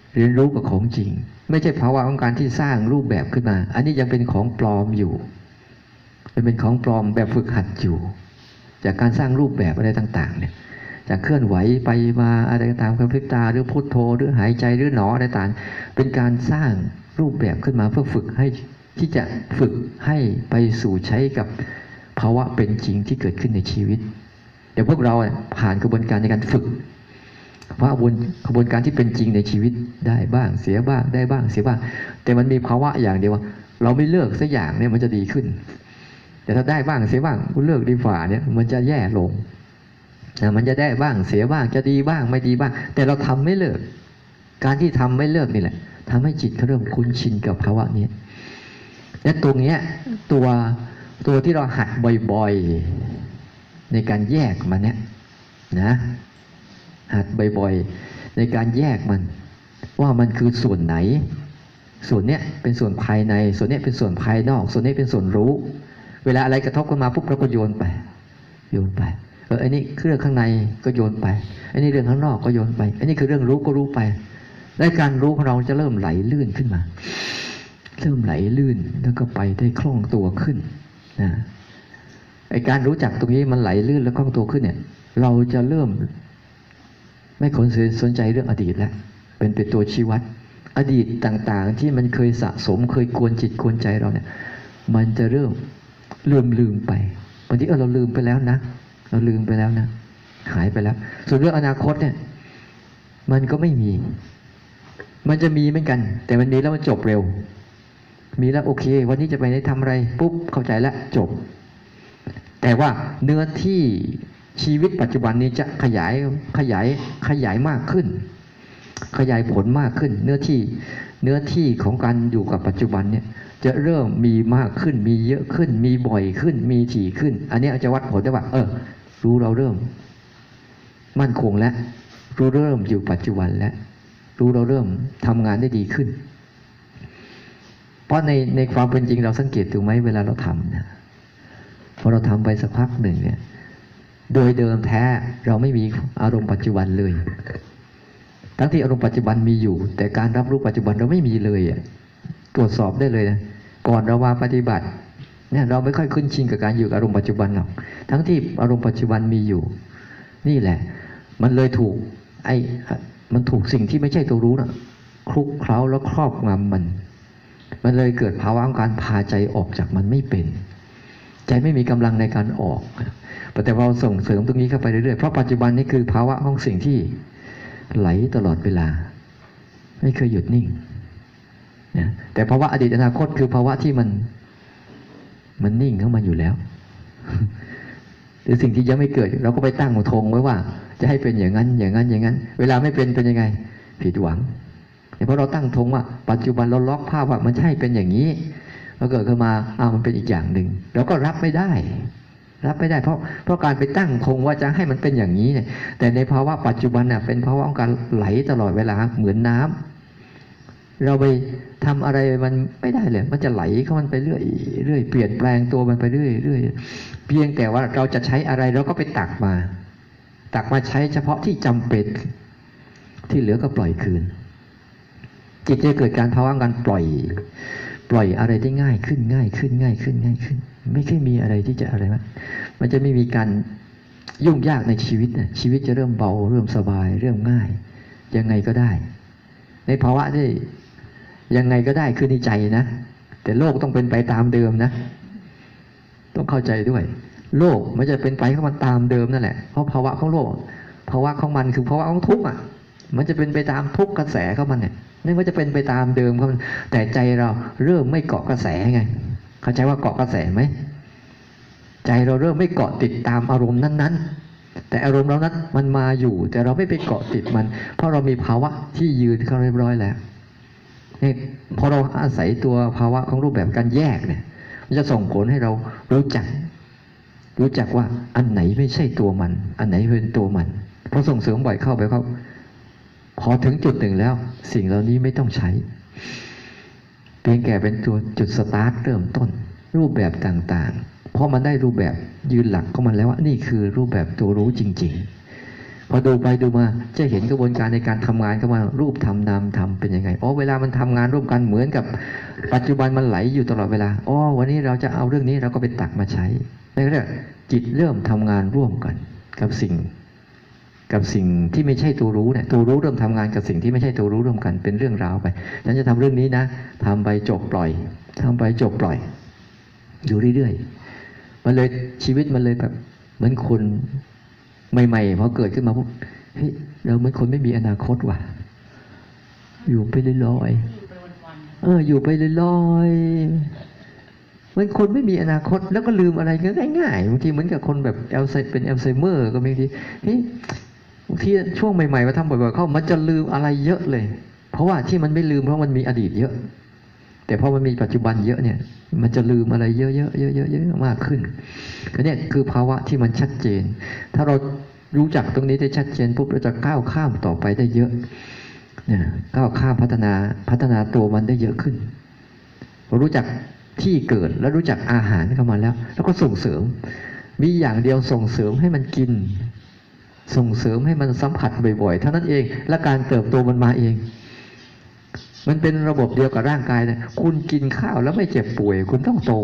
เรียนรู้กับของจริงไม่ใช่ภาวะของการที่สร้างรูปแบบขึ้นมาอันนี้ยังเป็นของปลอมอยู่ยังเป็นของปลอมแบบฝึกหัดอยู่จากการสร้างรูปแบบอะไรต่างๆเนี่ยจากเคลื่อนไหวไปมาอะไรตามกระพริบตาหรือพุทโธหรือหายใจหรือหนออะไรต่างเป็นการสร้างรูปแบบขึ้นมาเพื่อฝึกให้ที่จะฝึกให้ไปสู่ใช้กับภาวะเป็นจริงที่เกิดขึ้นในชีวิตเดี๋ยวพวกเราผ่านกระบวนการในการฝึกว่ากระบวนการที่เป็นจริงในชีวิตได้บ้างเสียบ้างได้บ้างเสียบ้างแต่มันมีภาวะอย่างเดียวว่าเราไม่เลิกสักอย่างเนี่ยมันจะดีขึ้นแต่ถ้าได้บ้างเสียบ้างกูเลิกดีฝ่าเนี่ยมันจะแย่ลงมันจะได้บ้างเสียบ้างจะดีบ้างไม่ดีบ้างแต่เราทำไม่เลิกการที่ทำไม่เลิกนี่แหละทำให้จิตเขาเริ่มคุ้นชินกับภาวะนี้และตรงเนี้ยตัวที่เราหัดบ่อยๆในการแยกมันเนี่ยนะหัดบ่อยๆในการแยกมันว่ามันคือส่วนไหนส่วนเนี้ยเป็นส่วนภายในส่วนเนี้ยเป็นส่วนภายนอกส่วนนี้เป็นส่วนรู้เวลาอะไรกระทบกันมาปุ๊บเราก็โยนไปอันนี้เรื่องข้างในก็โยนไปอันนี้เรื่องข้างนอกก็โยนไปอันนี้คือเรื่องรู้ก็รู้ไปและการรู้ของเราจะเริ่มไหลลื่นขึ้นมาเริ่มไหลลื่นแล้วก็ไปได้คล่องตัวขึ้นนะไอการรู้จักตรงนี้มันไหลลื่นแล้วคล่องตัวขึ้นเนี่ยเราจะเริ่มไม่สนใจเรื่องอดีตแล้วเป็นตัวชี้วัดอดีตต่างๆที่มันเคยสะสมเคยกวนจิตกวนใจเราเนี่ยมันจะเริ่มลืมไปบางทีเราลืมไปแล้วนะเราลืมไปแล้วนะหายไปแล้วส่วนเรื่องอนาคตเนี่ยมันก็ไม่มีมันจะมีเหมือนกันแต่วันนี้แล้วมันจบเร็วมีแล้วโอเควันนี้จะไปไหนทำอะไรปุ๊บเข้าใจแล้วจบแต่ว่าเนื้อที่ชีวิตปัจจุบันนี้จะขยายมากขึ้นขยายผลมากขึ้นเนื้อที่ของการอยู่กับปัจจุบันเนี่ยจะเริ่มมีมากขึ้นมีเยอะขึ้นมีบ่อยขึ้นมีถี่ขึ้นอันนี้จะวัดผลได้ว่ารู้เราเริ่มมั่นคงแล้วรู้เริ่มอยู่ปัจจุบันแล้วรู้เราเริ่มทำงานได้ดีขึ้นเพราะในความเป็นจริงเราสังเกตดูไหมเวลาเราทำนะพอเราทำไปสักพักหนึ่งเนี่ยโดยเดิมแท้เราไม่มีอารมณ์ปัจจุบันเลยทั้งที่อารมณ์ปัจจุบันมีอยู่แต่การรับรู้ปัจจุบันเราไม่มีเลยตรวจสอบได้เลยนะก่อนเรามาปฏิบัติเนี่ยเราไม่ค่อยคุ้นชินกับการอยู่กับอารมณ์ปัจจุบันหรอกทั้งที่อารมณ์ปัจจุบันมีอยู่นี่แหละมันเลยถูกมันถูกสิ่งที่ไม่ใช่ตัวรู้นะคลุกเคล้าแล้วครอบงำมันเลยเกิดภาวะของการพาใจออกจากมันไม่เป็นใจไม่มีกำลังในการออกแต่เราส่งเสริมตรงนี้เข้าไปเรื่อยๆเพราะปัจจุบันนี้คือภาวะของสิ่งที่ไหลตลอดเวลาไม่เคยหยุดนิ่งนะแต่ภาวะอดีตอนาคตคือภาวะที่มันนิ่งเข้ามาอยู่แล้วหรือสิ่งที่ยังไม่เกิดเราก็ไปตั้งธงไว้ว่าจะให้เป็นอย่างนั้นเวลาไม่เป็นยังไงผิดหวังเพราะเราตั้งธงว่าปัจจุบันเราล็อกภาพว่ามันใช่เป็นอย่างนี้แล้วเกิดขึ้นมามันเป็นอีกอย่างหนึ่งเราก็รับไม่ได้เพราะการไปตั้งธงว่าจะให้มันเป็นอย่างนี้เนี่ยแต่ในภาวะปัจจุบันน่ะเป็นภาวะของการไหลตลอดเวลาเหมือนน้ำเราไปทำอะไรมันไม่ได้เลยมันจะไหลเข้ามันไปเรื่อยเปลี่ยนแปลงตัวมันไปเรื่อยเพียงแต่ว่าเราจะใช้อะไรเราก็ไปตักมาใช้เฉพาะที่จำเป็นที่เหลือก็ปล่อยคืนจิตจะเกิดการภาวะการปล่อยอะไรได้ง่ายขึ้นไม่เคยมีอะไรที่จะอะไรมันจะไม่มีการยุ่งยากในชีวิตนะชีวิตจะเริ่มเบาเริ่มสบายเริ่มง่ายยังไงก็ได้ในภาวะที่ยังไงก็ได้คือในใจนะแต่โลกต้องเป็นไปตามเดิมนะต้องเข้าใจด้วยโลกมันจะเป็นไปของมันตามเดิมนั่นแหละเพราะภาวะของโลกภาวะของมันคือภาวะของทุกข์มันจะเป็นไปตามทุกกระแสของมันเนี่ยนี่ก็จะเป็นไปตามเดิมของมันแต่ใจเราเริ่มไม่เกาะกระแสไงเข้าใจว่าเกาะกระแสไหมใจเราเริ่มไม่เกาะติดตามอารมณ์นั้นๆแต่อารมณ์เรานั้นมันมาอยู่แต่เราไม่ไปเกาะติดมันเพราะเรามีภาวะที่ยืนเข้าเรียบร้อยแล้วนี่พอเราอาศัยตัวภาวะของรูปแบบการแยกเนี่ยมันจะส่งผลให้เรารู้จักว่าอันไหนไม่ใช่ตัวมันอันไหนเป็นตัวมันพอส่งเสริมบ่อยเข้าพอถึงจุดหนึ่งแล้วสิ่งเหล่านี้ไม่ต้องใช้เพียงแค่เป็นตัวจุดสตาร์ทเริ่มต้นรูปแบบต่างๆเพราะมันได้รูปแบบยืนหลักของมันแล้วว่านี่คือรูปแบบตัวรู้จริงๆพอดูไปดูมาจะเห็นกระบวนการในการทำงานเข้ามารูปธรรมนามธรรมเป็นยังไงเวลามันทำงานร่วมกันเหมือนกับปัจจุบันมันไหลอยู่ตลอดเวลาวันนี้เราจะเอาเรื่องนี้เราก็ไปตักมาใช้นั่นก็เรียกจิตเริ่มทำงานร่วมกันกับสิ่งที่ไม่ใช่ตัวรู้เนี่ยตัวรู้เริ่มทำงานกับสิ่งที่ไม่ใช่ตัวรู้ร่วมกันเป็นเรื่องราวไปฉันจะทำเรื่องนี้นะทำไปจบปล่อยทำไปจบปล่อยอยู่เรื่อยๆมันเลยชีวิตมันเลยแบบเหมือนคนใหม่ๆพอเกิดขึ้นมาปุ๊บเฮ้ยเราเหมือนคนไม่มีอนาคตว่ะอยู่ไปลอยๆอยู่ไปลอยๆเหมือนคนไม่มีอนาคตแล้วก็ลืมอะไรง่ายๆบางทีเหมือนกับคนแบบเป็นอัลไซเมอร์ก็บางทีเฮ้ยบางทีช่วงใหม่ๆมาทำบ่อยๆเข้ามันจะลืมอะไรเยอะเลยเพราะว่าที่มันไม่ลืมเพราะมันมีอดีตเยอะแต่พอมันมีปัจจุบันเยอะเนี่ยมันจะลืมอะไรเยอะๆมากขึ้นก็เนี่ยคือภาวะที่มันชัดเจนถ้าเรารู้จักตรงนี้ได้ชัดเจนปุ๊บเราจะก้าวข้ามต่อไปได้เยอะเนี่ยก้าวข้ามพัฒนาตัวมันได้เยอะขึ้นเรารู้จักที่เกิดแล้วรู้จักอาหารเข้ามาแล้วก็ส่งเสริมมีอย่างเดียวส่งเสริมให้มันกินส่งเสริมให้มันสัมผัสบ่อยๆเท่านั้นเองและการเติบโตมันมาเองมันเป็นระบบเดียวกับร่างกายนะคุณกินข้าวแล้วไม่เจ็บป่วยคุณต้องโต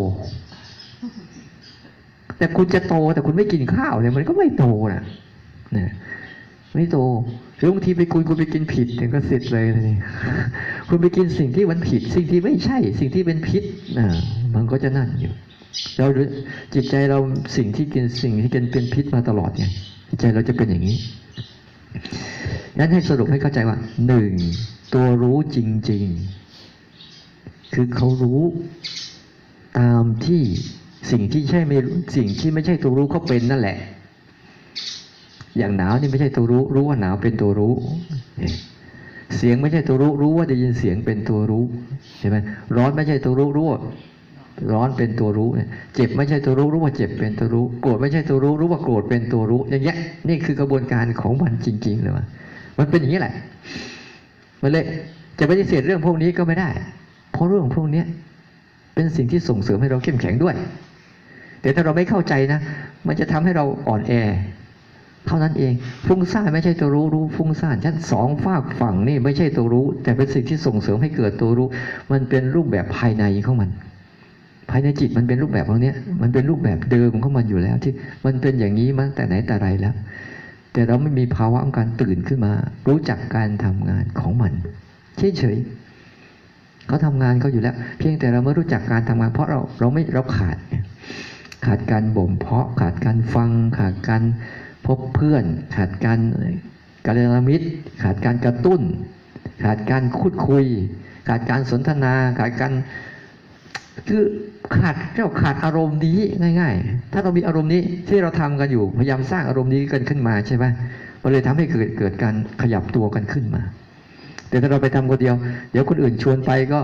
แต่คุณจะโตแต่คุณไม่กินข้าวเนี่ยมันก็ไม่โตนะไม่โตหรือบางทีคุณไปกินผิดเนี่ยก็เสร็จเลยคุณไปกินสิ่งที่มันผิดสิ่งที่ไม่ใช่สิ่งที่เป็นพิษมันก็จะนั่นอยู่เราจิตใจเราสิ่งที่เป็นพิษมาตลอดไงจิตใจเราจะเป็นอย่างนี้นั้นให้สรุปให้เข้าใจว่าหนึ่งตัวรู้จริงๆคือเขารู้ตามที่สิ่งที่ไม่ใช่ตัวรู้เขาเป็นนั่นแหละอย่างหนาวนี่ไม่ใช่ตัวรู้ว่าหนาวเป็นตัวรู้เสียงไม่ใช่ตัวรู้ว่าได้ยินเสียงเป็นตัวรู้เห็นไหมร้อนไม่ใช่ตัวรู้ว่าร้อนเป็นตัวรู้เจ็บไม่ใช่ตัวรู้ว่าเจ็บเป็นตัวรู้โกรธไม่ใช่ตัวรู้ว่าโกรธเป็นตัวรู้อย่างเงี้ยนี่คือกระบวนการของมันจริงๆเลยมันเป็นอย่างนี้แหละมันเลยจะปฏิเสธเรื่องพวกนี้ก็ไม่ได้เพราะเรื่องพวกนี้เป็นสิ่งที่ส่งเสริมให้เราเข้มแข็งด้วยแต่ถ้าเราไม่เข้าใจนะมันจะทำให้เราอ่อนแอเท่านั้นเองฟุ้งซ่านไม่ใช่ตัวรู้ฟุ้งซ่านชั้นสองฝากฝั่งนี่ไม่ใช่ตัวรู้แต่เป็นสิ่งที่ส่งเสริมให้เกิดตัวรู้มันเป็นรูปแบบภายในของมันภายในจิตมันเป็นรูปแบบพวกนี้มันเป็นรูปแบบเดิมของมันอยู่แล้วที่มันเป็นอย่างนี้มาแต่ไหนแต่ไรแล้วแต่เราไม่มีภาวะของการตื่นขึ้นมารู้จักการทำงานของมันเฉยๆเขาทำงานเขาอยู่แล้วเพียงแต่เราไม่รู้จักการทำงานเพราะเราขาดการบ่มเพาะขาดการฟังขาดการพบเพื่อนขาดการกัลยาณมิตรขาดการกระตุ้นขาดการพูดคุยขาดการสนทนาขาดการคือขาดอารมณ์นี้ง่ายๆถ้าเรามีอารมณ์นี้ที่เราทำกันอยู่พยายามสร้างอารมณ์นี้กันขึ้นมาใช่ไหมมันเลยทำให้เกิดการขยับตัวกันขึ้นมาแต่ถ้าเราไปทำคนเดียวเดี๋ยวคนอื่นชวนไปก็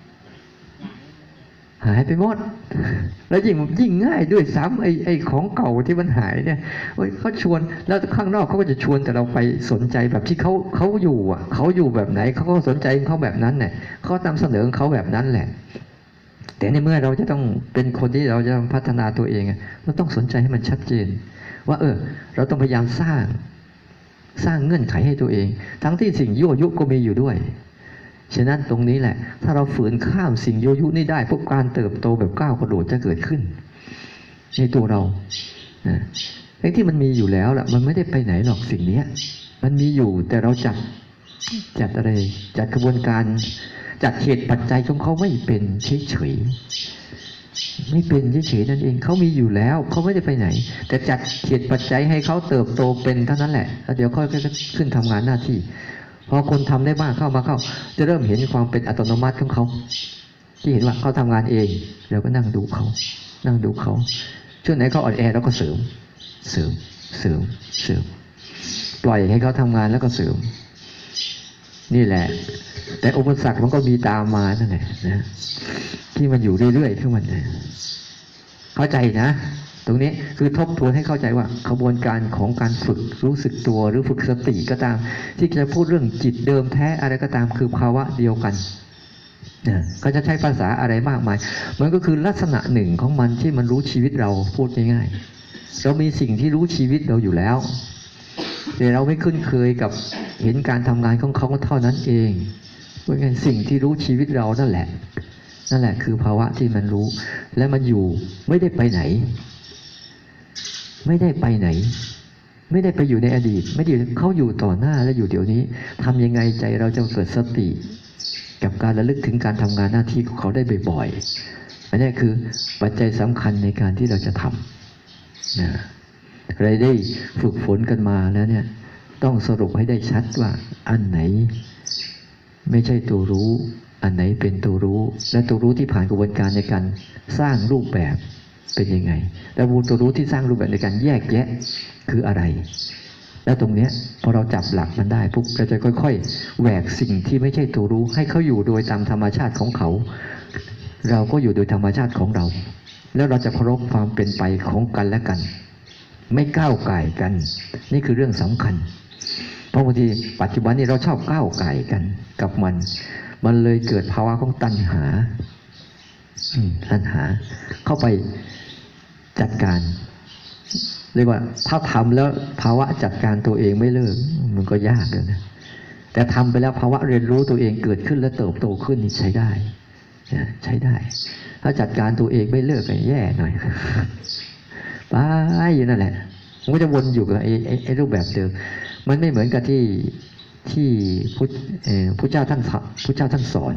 หายไปหมดแล้วยิ่งง่ายด้วยซ้ำไอ้ของเก่าที่มันหายเนี่ยเขาชวนแล้วข้างนอกเขาก็จะชวนแต่เราไปสนใจแบบที่เขาอยู่เขาอยู่แบบไหนเขาก็สนใจเขาแบบนั้นเนี่ยเขานำเสนอเขาแบบนั้นแหละแต่ในเมื่อเราจะต้องเป็นคนที่เราจะพัฒนาตัวเองเราต้องสนใจให้มันชัดเจนว่าเราต้องพยายามสร้างเงื่อนไขให้ตัวเองทั้งที่สิ่งยั่วยุก็มีอยู่ด้วยฉะนั้นตรงนี้แหละถ้าเราฝืนข้ามสิ่งยั่วยุนี่ได้พวกการเติบโตแบบก้าวกระโดดจะเกิดขึ้นในตัวเราไอ้ที่มันมีอยู่แล้วล่ะมันไม่ได้ไปไหนหรอกสิ่งนี้มันมีอยู่แต่เราจัดอะไรจัดกระบวนการจัดเหตุปัจจัยของเขาไม่เป็นเฉยๆไม่เป็นเฉยๆนั่นเองเขามีอยู่แล้วเขาไม่ได้ไปไหนแต่จัดเหตุปัจจัยให้เขาเติบโตเป็นเท่านั้นแหละแล้วเดี๋ยวค่อยขึ้นทำงานหน้าที่พอคนทำได้มากเข้าจะเริ่มเห็นความเป็นอัตโนมัติของเขาที่เห็นว่าเขาทำงานเองเราก็นั่งดูเขาช่วงไหนเขาอ่อนแอเราก็เสริมปล่อยให้เขาทำงานแล้วก็เสริมนี่แหละแต่อุปสรรคมันก็มีตามมานั่นแหละนะที่มันอยู่เรื่อยๆขึ้นมันเข้าใจนะตรงนี้คือทบทวนให้เข้าใจว่าขบวนการของการฝึกรู้สึกตัวหรือฝึกสติก็ตามที่จะพูดเรื่องจิตเดิมแท้อะไรก็ตามคือภาวะเดียวกันก็จะใช้ภาษาอะไรมากมายมันก็คือลักษณะหนึ่งของมันที่มันรู้ชีวิตเราพูดง่ายๆเรามีสิ่งที่รู้ชีวิตเราอยู่แล้วแต่เราไม่คุ้นเคยกับเห็นการทำงานของเขาเท่านั้นเองเพราะงั้นสิ่งที่รู้ชีวิตเรานั่นแหละคือภาวะที่มันรู้และมันอยู่ไม่ได้ไปไหนไม่ได้ไปอยู่ในอดีตไม่ได้เขาอยู่ต่อหน้าและอยู่เดี๋ยวนี้ทำยังไงใจเราจะเกิดสติกับการระลึกถึงการทำงานหน้าที่ของเขาได้บ่อยๆอันนี้คือปัจจัยสำคัญในการที่เราจะทำนะเราได้ฝึกฝนกันมาแล้วเนี่ยต้องสรุปให้ได้ชัดว่าอันไหนไม่ใช่ตัวรู้อันไหนเป็นตัวรู้และตัวรู้ที่ผ่านกระบวนการในการสร้างรูปแบบเป็นยังไงและตัวรู้ที่สร้างรูปแบบในการแยกแยะคืออะไรแล้วตรงเนี้ยพอเราจับหลักมันได้ปุ๊บเราจะค่อยๆแหวกสิ่งที่ไม่ใช่ตัวรู้ให้เขาอยู่โดยตามธรรมชาติของเขาเราก็อยู่โดยธรรมชาติของเราแล้วเราจะเคารพความเป็นไปของกันและกันไม่ก้าวก่ายกันนี่คือเรื่องสำคัญเพราะบางทีปัจจุบันนี้เราชอบก้าวก่ายกันกับมันเลยเกิดภาวะของตัณหาเข้าไปจัดการเรียกว่าถ้าทำแล้วภาวะจัดการตัวเองไม่เลิกมันก็ยากเลยนะแต่ทำไปแล้วภาวะเรียนรู้ตัวเองเกิดขึ้นและเติบโตขึ้นนี่ใช้ได้ถ้าจัดการตัวเองไม่เลิกก็แย่หน่อยไปอยู่นั่นแหละมันก็จะวนอยู่กับไอ้รูปแบบเดิมมันไม่เหมือนกับที่พุทธเจ้าท่านสอนพุทธเจ้าท่านสอน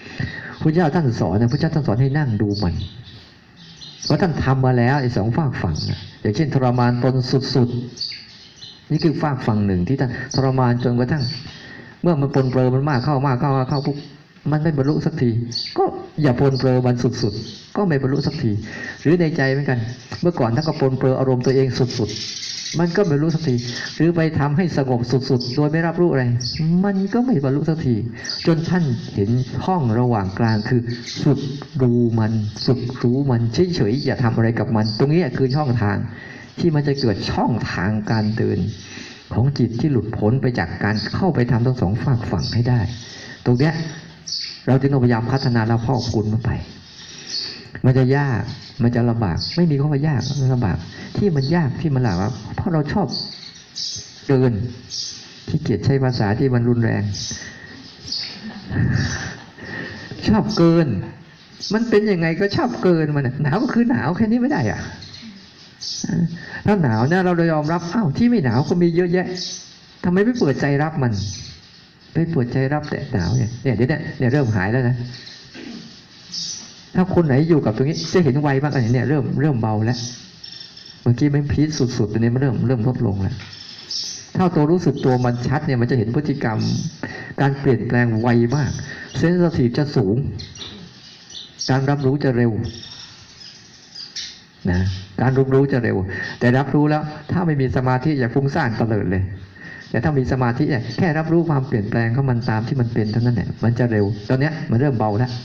ให้นั่งดูมันเพราะท่านทำมาแล้วไอ้สองฝากฝั่งอย่างเช่นทรมานตนสุดๆนี่คือฝากฝั่งหนึ่งที่ท่านทรมานจนกระทั่งเมื่อมันปนเปื้อนมันมากเข้าปุ๊บมันไม่บรรลุสักทีก็อย่าปนเปื้อนมันสุดๆก็ไม่บรรลุสักทีหรือในใจเหมือนกันเมื่อก่อนท่านก็ปนเปื้อนอารมณ์ตัวเองสุดๆมันก็ไม่รู้สักทีหรือไปทำให้สงบสุดๆโดยไม่รับรู้อะไรมันก็ไม่บรรลุสักทีจนท่านเห็นช่องระหว่างกลางคือฝึกรู้มันเฉยๆอย่าทำอะไรกับมันตรงนี้คือช่องทางที่มันจะเกิดช่องทางการเดินของจิตที่หลุดพ้นไปจากการเข้าไปทำทั้งสองฝากฝั่งให้ได้ตรงเนี้ยเราจึงต้องพยายามพัฒนาและพอกพูนมันไปมันจะยากมันจะลำบากไม่มีข้อยากลำบากที่มันยากที่มันหลากเพราะเราชอบเกินที่เกียจใช้ภาษาที่มันรุนแรงชอบเกินมันเป็นยังไงก็ชอบเกินมันหนาวก็คือหนาวแค่นี้ไม่ได้อ่ะถ้าหนาวเนี่ยเรายอมรับที่ไม่หนาวก็มีเยอะแยะทำไมไม่เปิดใจรับมันไม่เปิดใจรับแต่หนาวเนี่ยเดี๋ยวเนี่ยเริ่มหายแล้วนะถ้าคนไหนอยู่กับตรงนี้จะเห็นไวมากอันนี้เนี่ยเริ่มเบาแล้วเมื่อกี้มันพีชสุดๆตอนนี้มันเริ่มลดลงแล้วถ้าตัวรู้สึกตัวมันชัดเนี่ยมันจะเห็นพฤติกรรมการเปลี่ยนแปลงไวมากเซนซิทีฟจะสูงการรับรู้จะเร็วนะการรับรู้จะเร็วแต่รับรู้แล้วถ้าไม่มีสมาธิอย่าฟุ้งซ่านเตลิดเลยแต่ถ้ามีสมาธิแค่รับรู้ความเปลี่ยนแปลงของมันตามที่มันเป็นเท่านั้นแหละมันจะเร็วตอนนี้มันเริ่มเบาแล้ว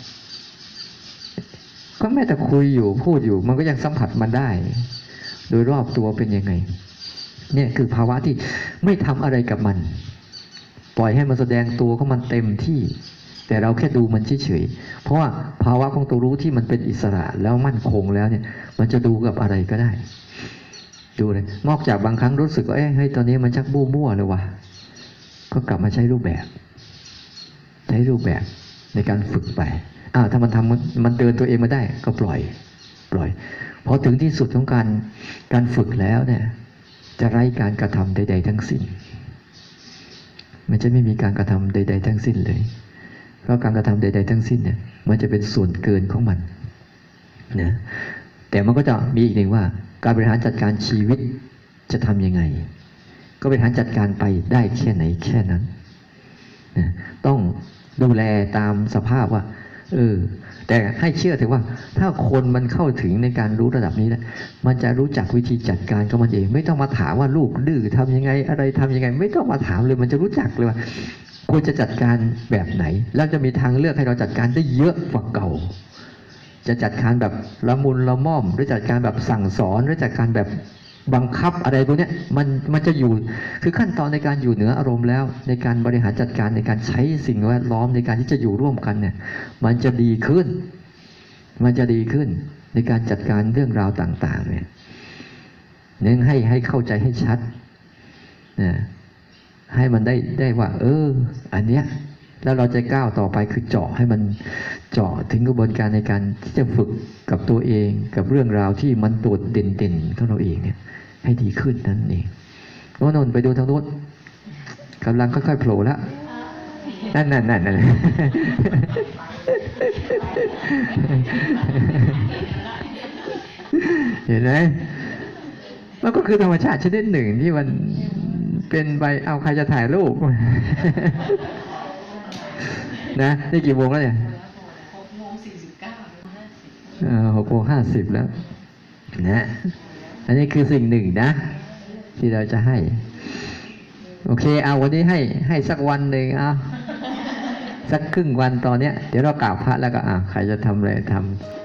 ก็แม้แต่คุยอยู่พูดอยู่มันก็ยังสัมผัสมันได้โดยรอบตัวเป็นยังไงเนี่ยคือภาวะที่ไม่ทำอะไรกับมันปล่อยให้มันแสดงตัวของมันเต็มที่แต่เราแค่ดูมันเฉยๆเพราะว่าภาวะของตัวรู้ที่มันเป็นอิสระแล้วมั่นคงแล้วเนี่ยมันจะดูกับอะไรก็ได้ดูเลยนอกจากบางครั้งรู้สึกว่าเฮ้ยตอนนี้มันชักบู้มั่วเลยว่ะก็กลับมาใช้รูปแบบในการฝึกไปถ้ามันทำมันเดินตัวเองมาได้ก็ปล่อยพอถึงที่สุดของการฝึกแล้วเนี่ยจะไร้การกระทำใดๆทั้งสิ้นมันจะไม่มีการกระทำใดๆทั้งสิ้นเลยเพราะการกระทำใดๆทั้งสิ้นเนี่ยมันจะเป็นส่วนเกินของมันนะแต่มันก็จะมีอีกหนึ่งว่าการบริหารจัดการชีวิตจะทำยังไงก็บริหารจัดการไปได้แค่ไหนแค่นั้นนะต้องดูแลตามสภาพว่าแต่ให้เชื่อถือว่าถ้าคนมันเข้าถึงในการรู้ระดับนี้นะมันจะรู้จักวิธีจัดการของมันเองไม่ต้องมาถามว่าลูกดื้อทำยังไงอะไรทำยังไงไม่ต้องมาถามเลยมันจะรู้จักเลยว่าควรจะจัดการแบบไหนแล้วจะมีทางเลือกให้เราจัดการได้เยอะกว่าเก่าจะจัดการแบบละมุนละม่อมหรือจัดการแบบสั่งสอนหรือจัดการแบบบังคับอะไรพวกนี้มันจะอยู่คือขั้นตอนในการอยู่เหนืออารมณ์แล้วในการบริหารจัดการในการใช้สิ่งแวดล้อมในการที่จะอยู่ร่วมกันเนี่ยมันจะดีขึ้นในการจัดการเรื่องราวต่างๆเนี่ยเน้นให้เข้าใจให้ชัดนะให้มันได้ว่า อันเนี้ยแล้วเราจะก้าวต่อไปคือเจาะให้มันเจาะถึงกระบวนการในการที่จะฝึกกับตัวเองกับเรื่องราวที่มันโดดเด่นๆของเราเองเนี่ยให้ดีขึ้นนั่นเองโน่นไปดูทางโน้นกำลังค่อยๆโผล่แล้วนั่นเห็นไหมมันก็คือธรรมชาติชนิดหนึ่งที่มันเป็นไปเอาใครจะถ่ายรูป นะนี่กี่โมงแล้วเนี่ย6:49 6:50แล้วนะอันนี้คือสิ่งหนึ่งนะที่เราจะให้โอเคเอาวันนี้ให้สักวันหนึ่งเอาสักครึ่งวันตอนเนี้ยเดี๋ยวเรากราบพระแล้วก็ใครจะทำอะไรทำ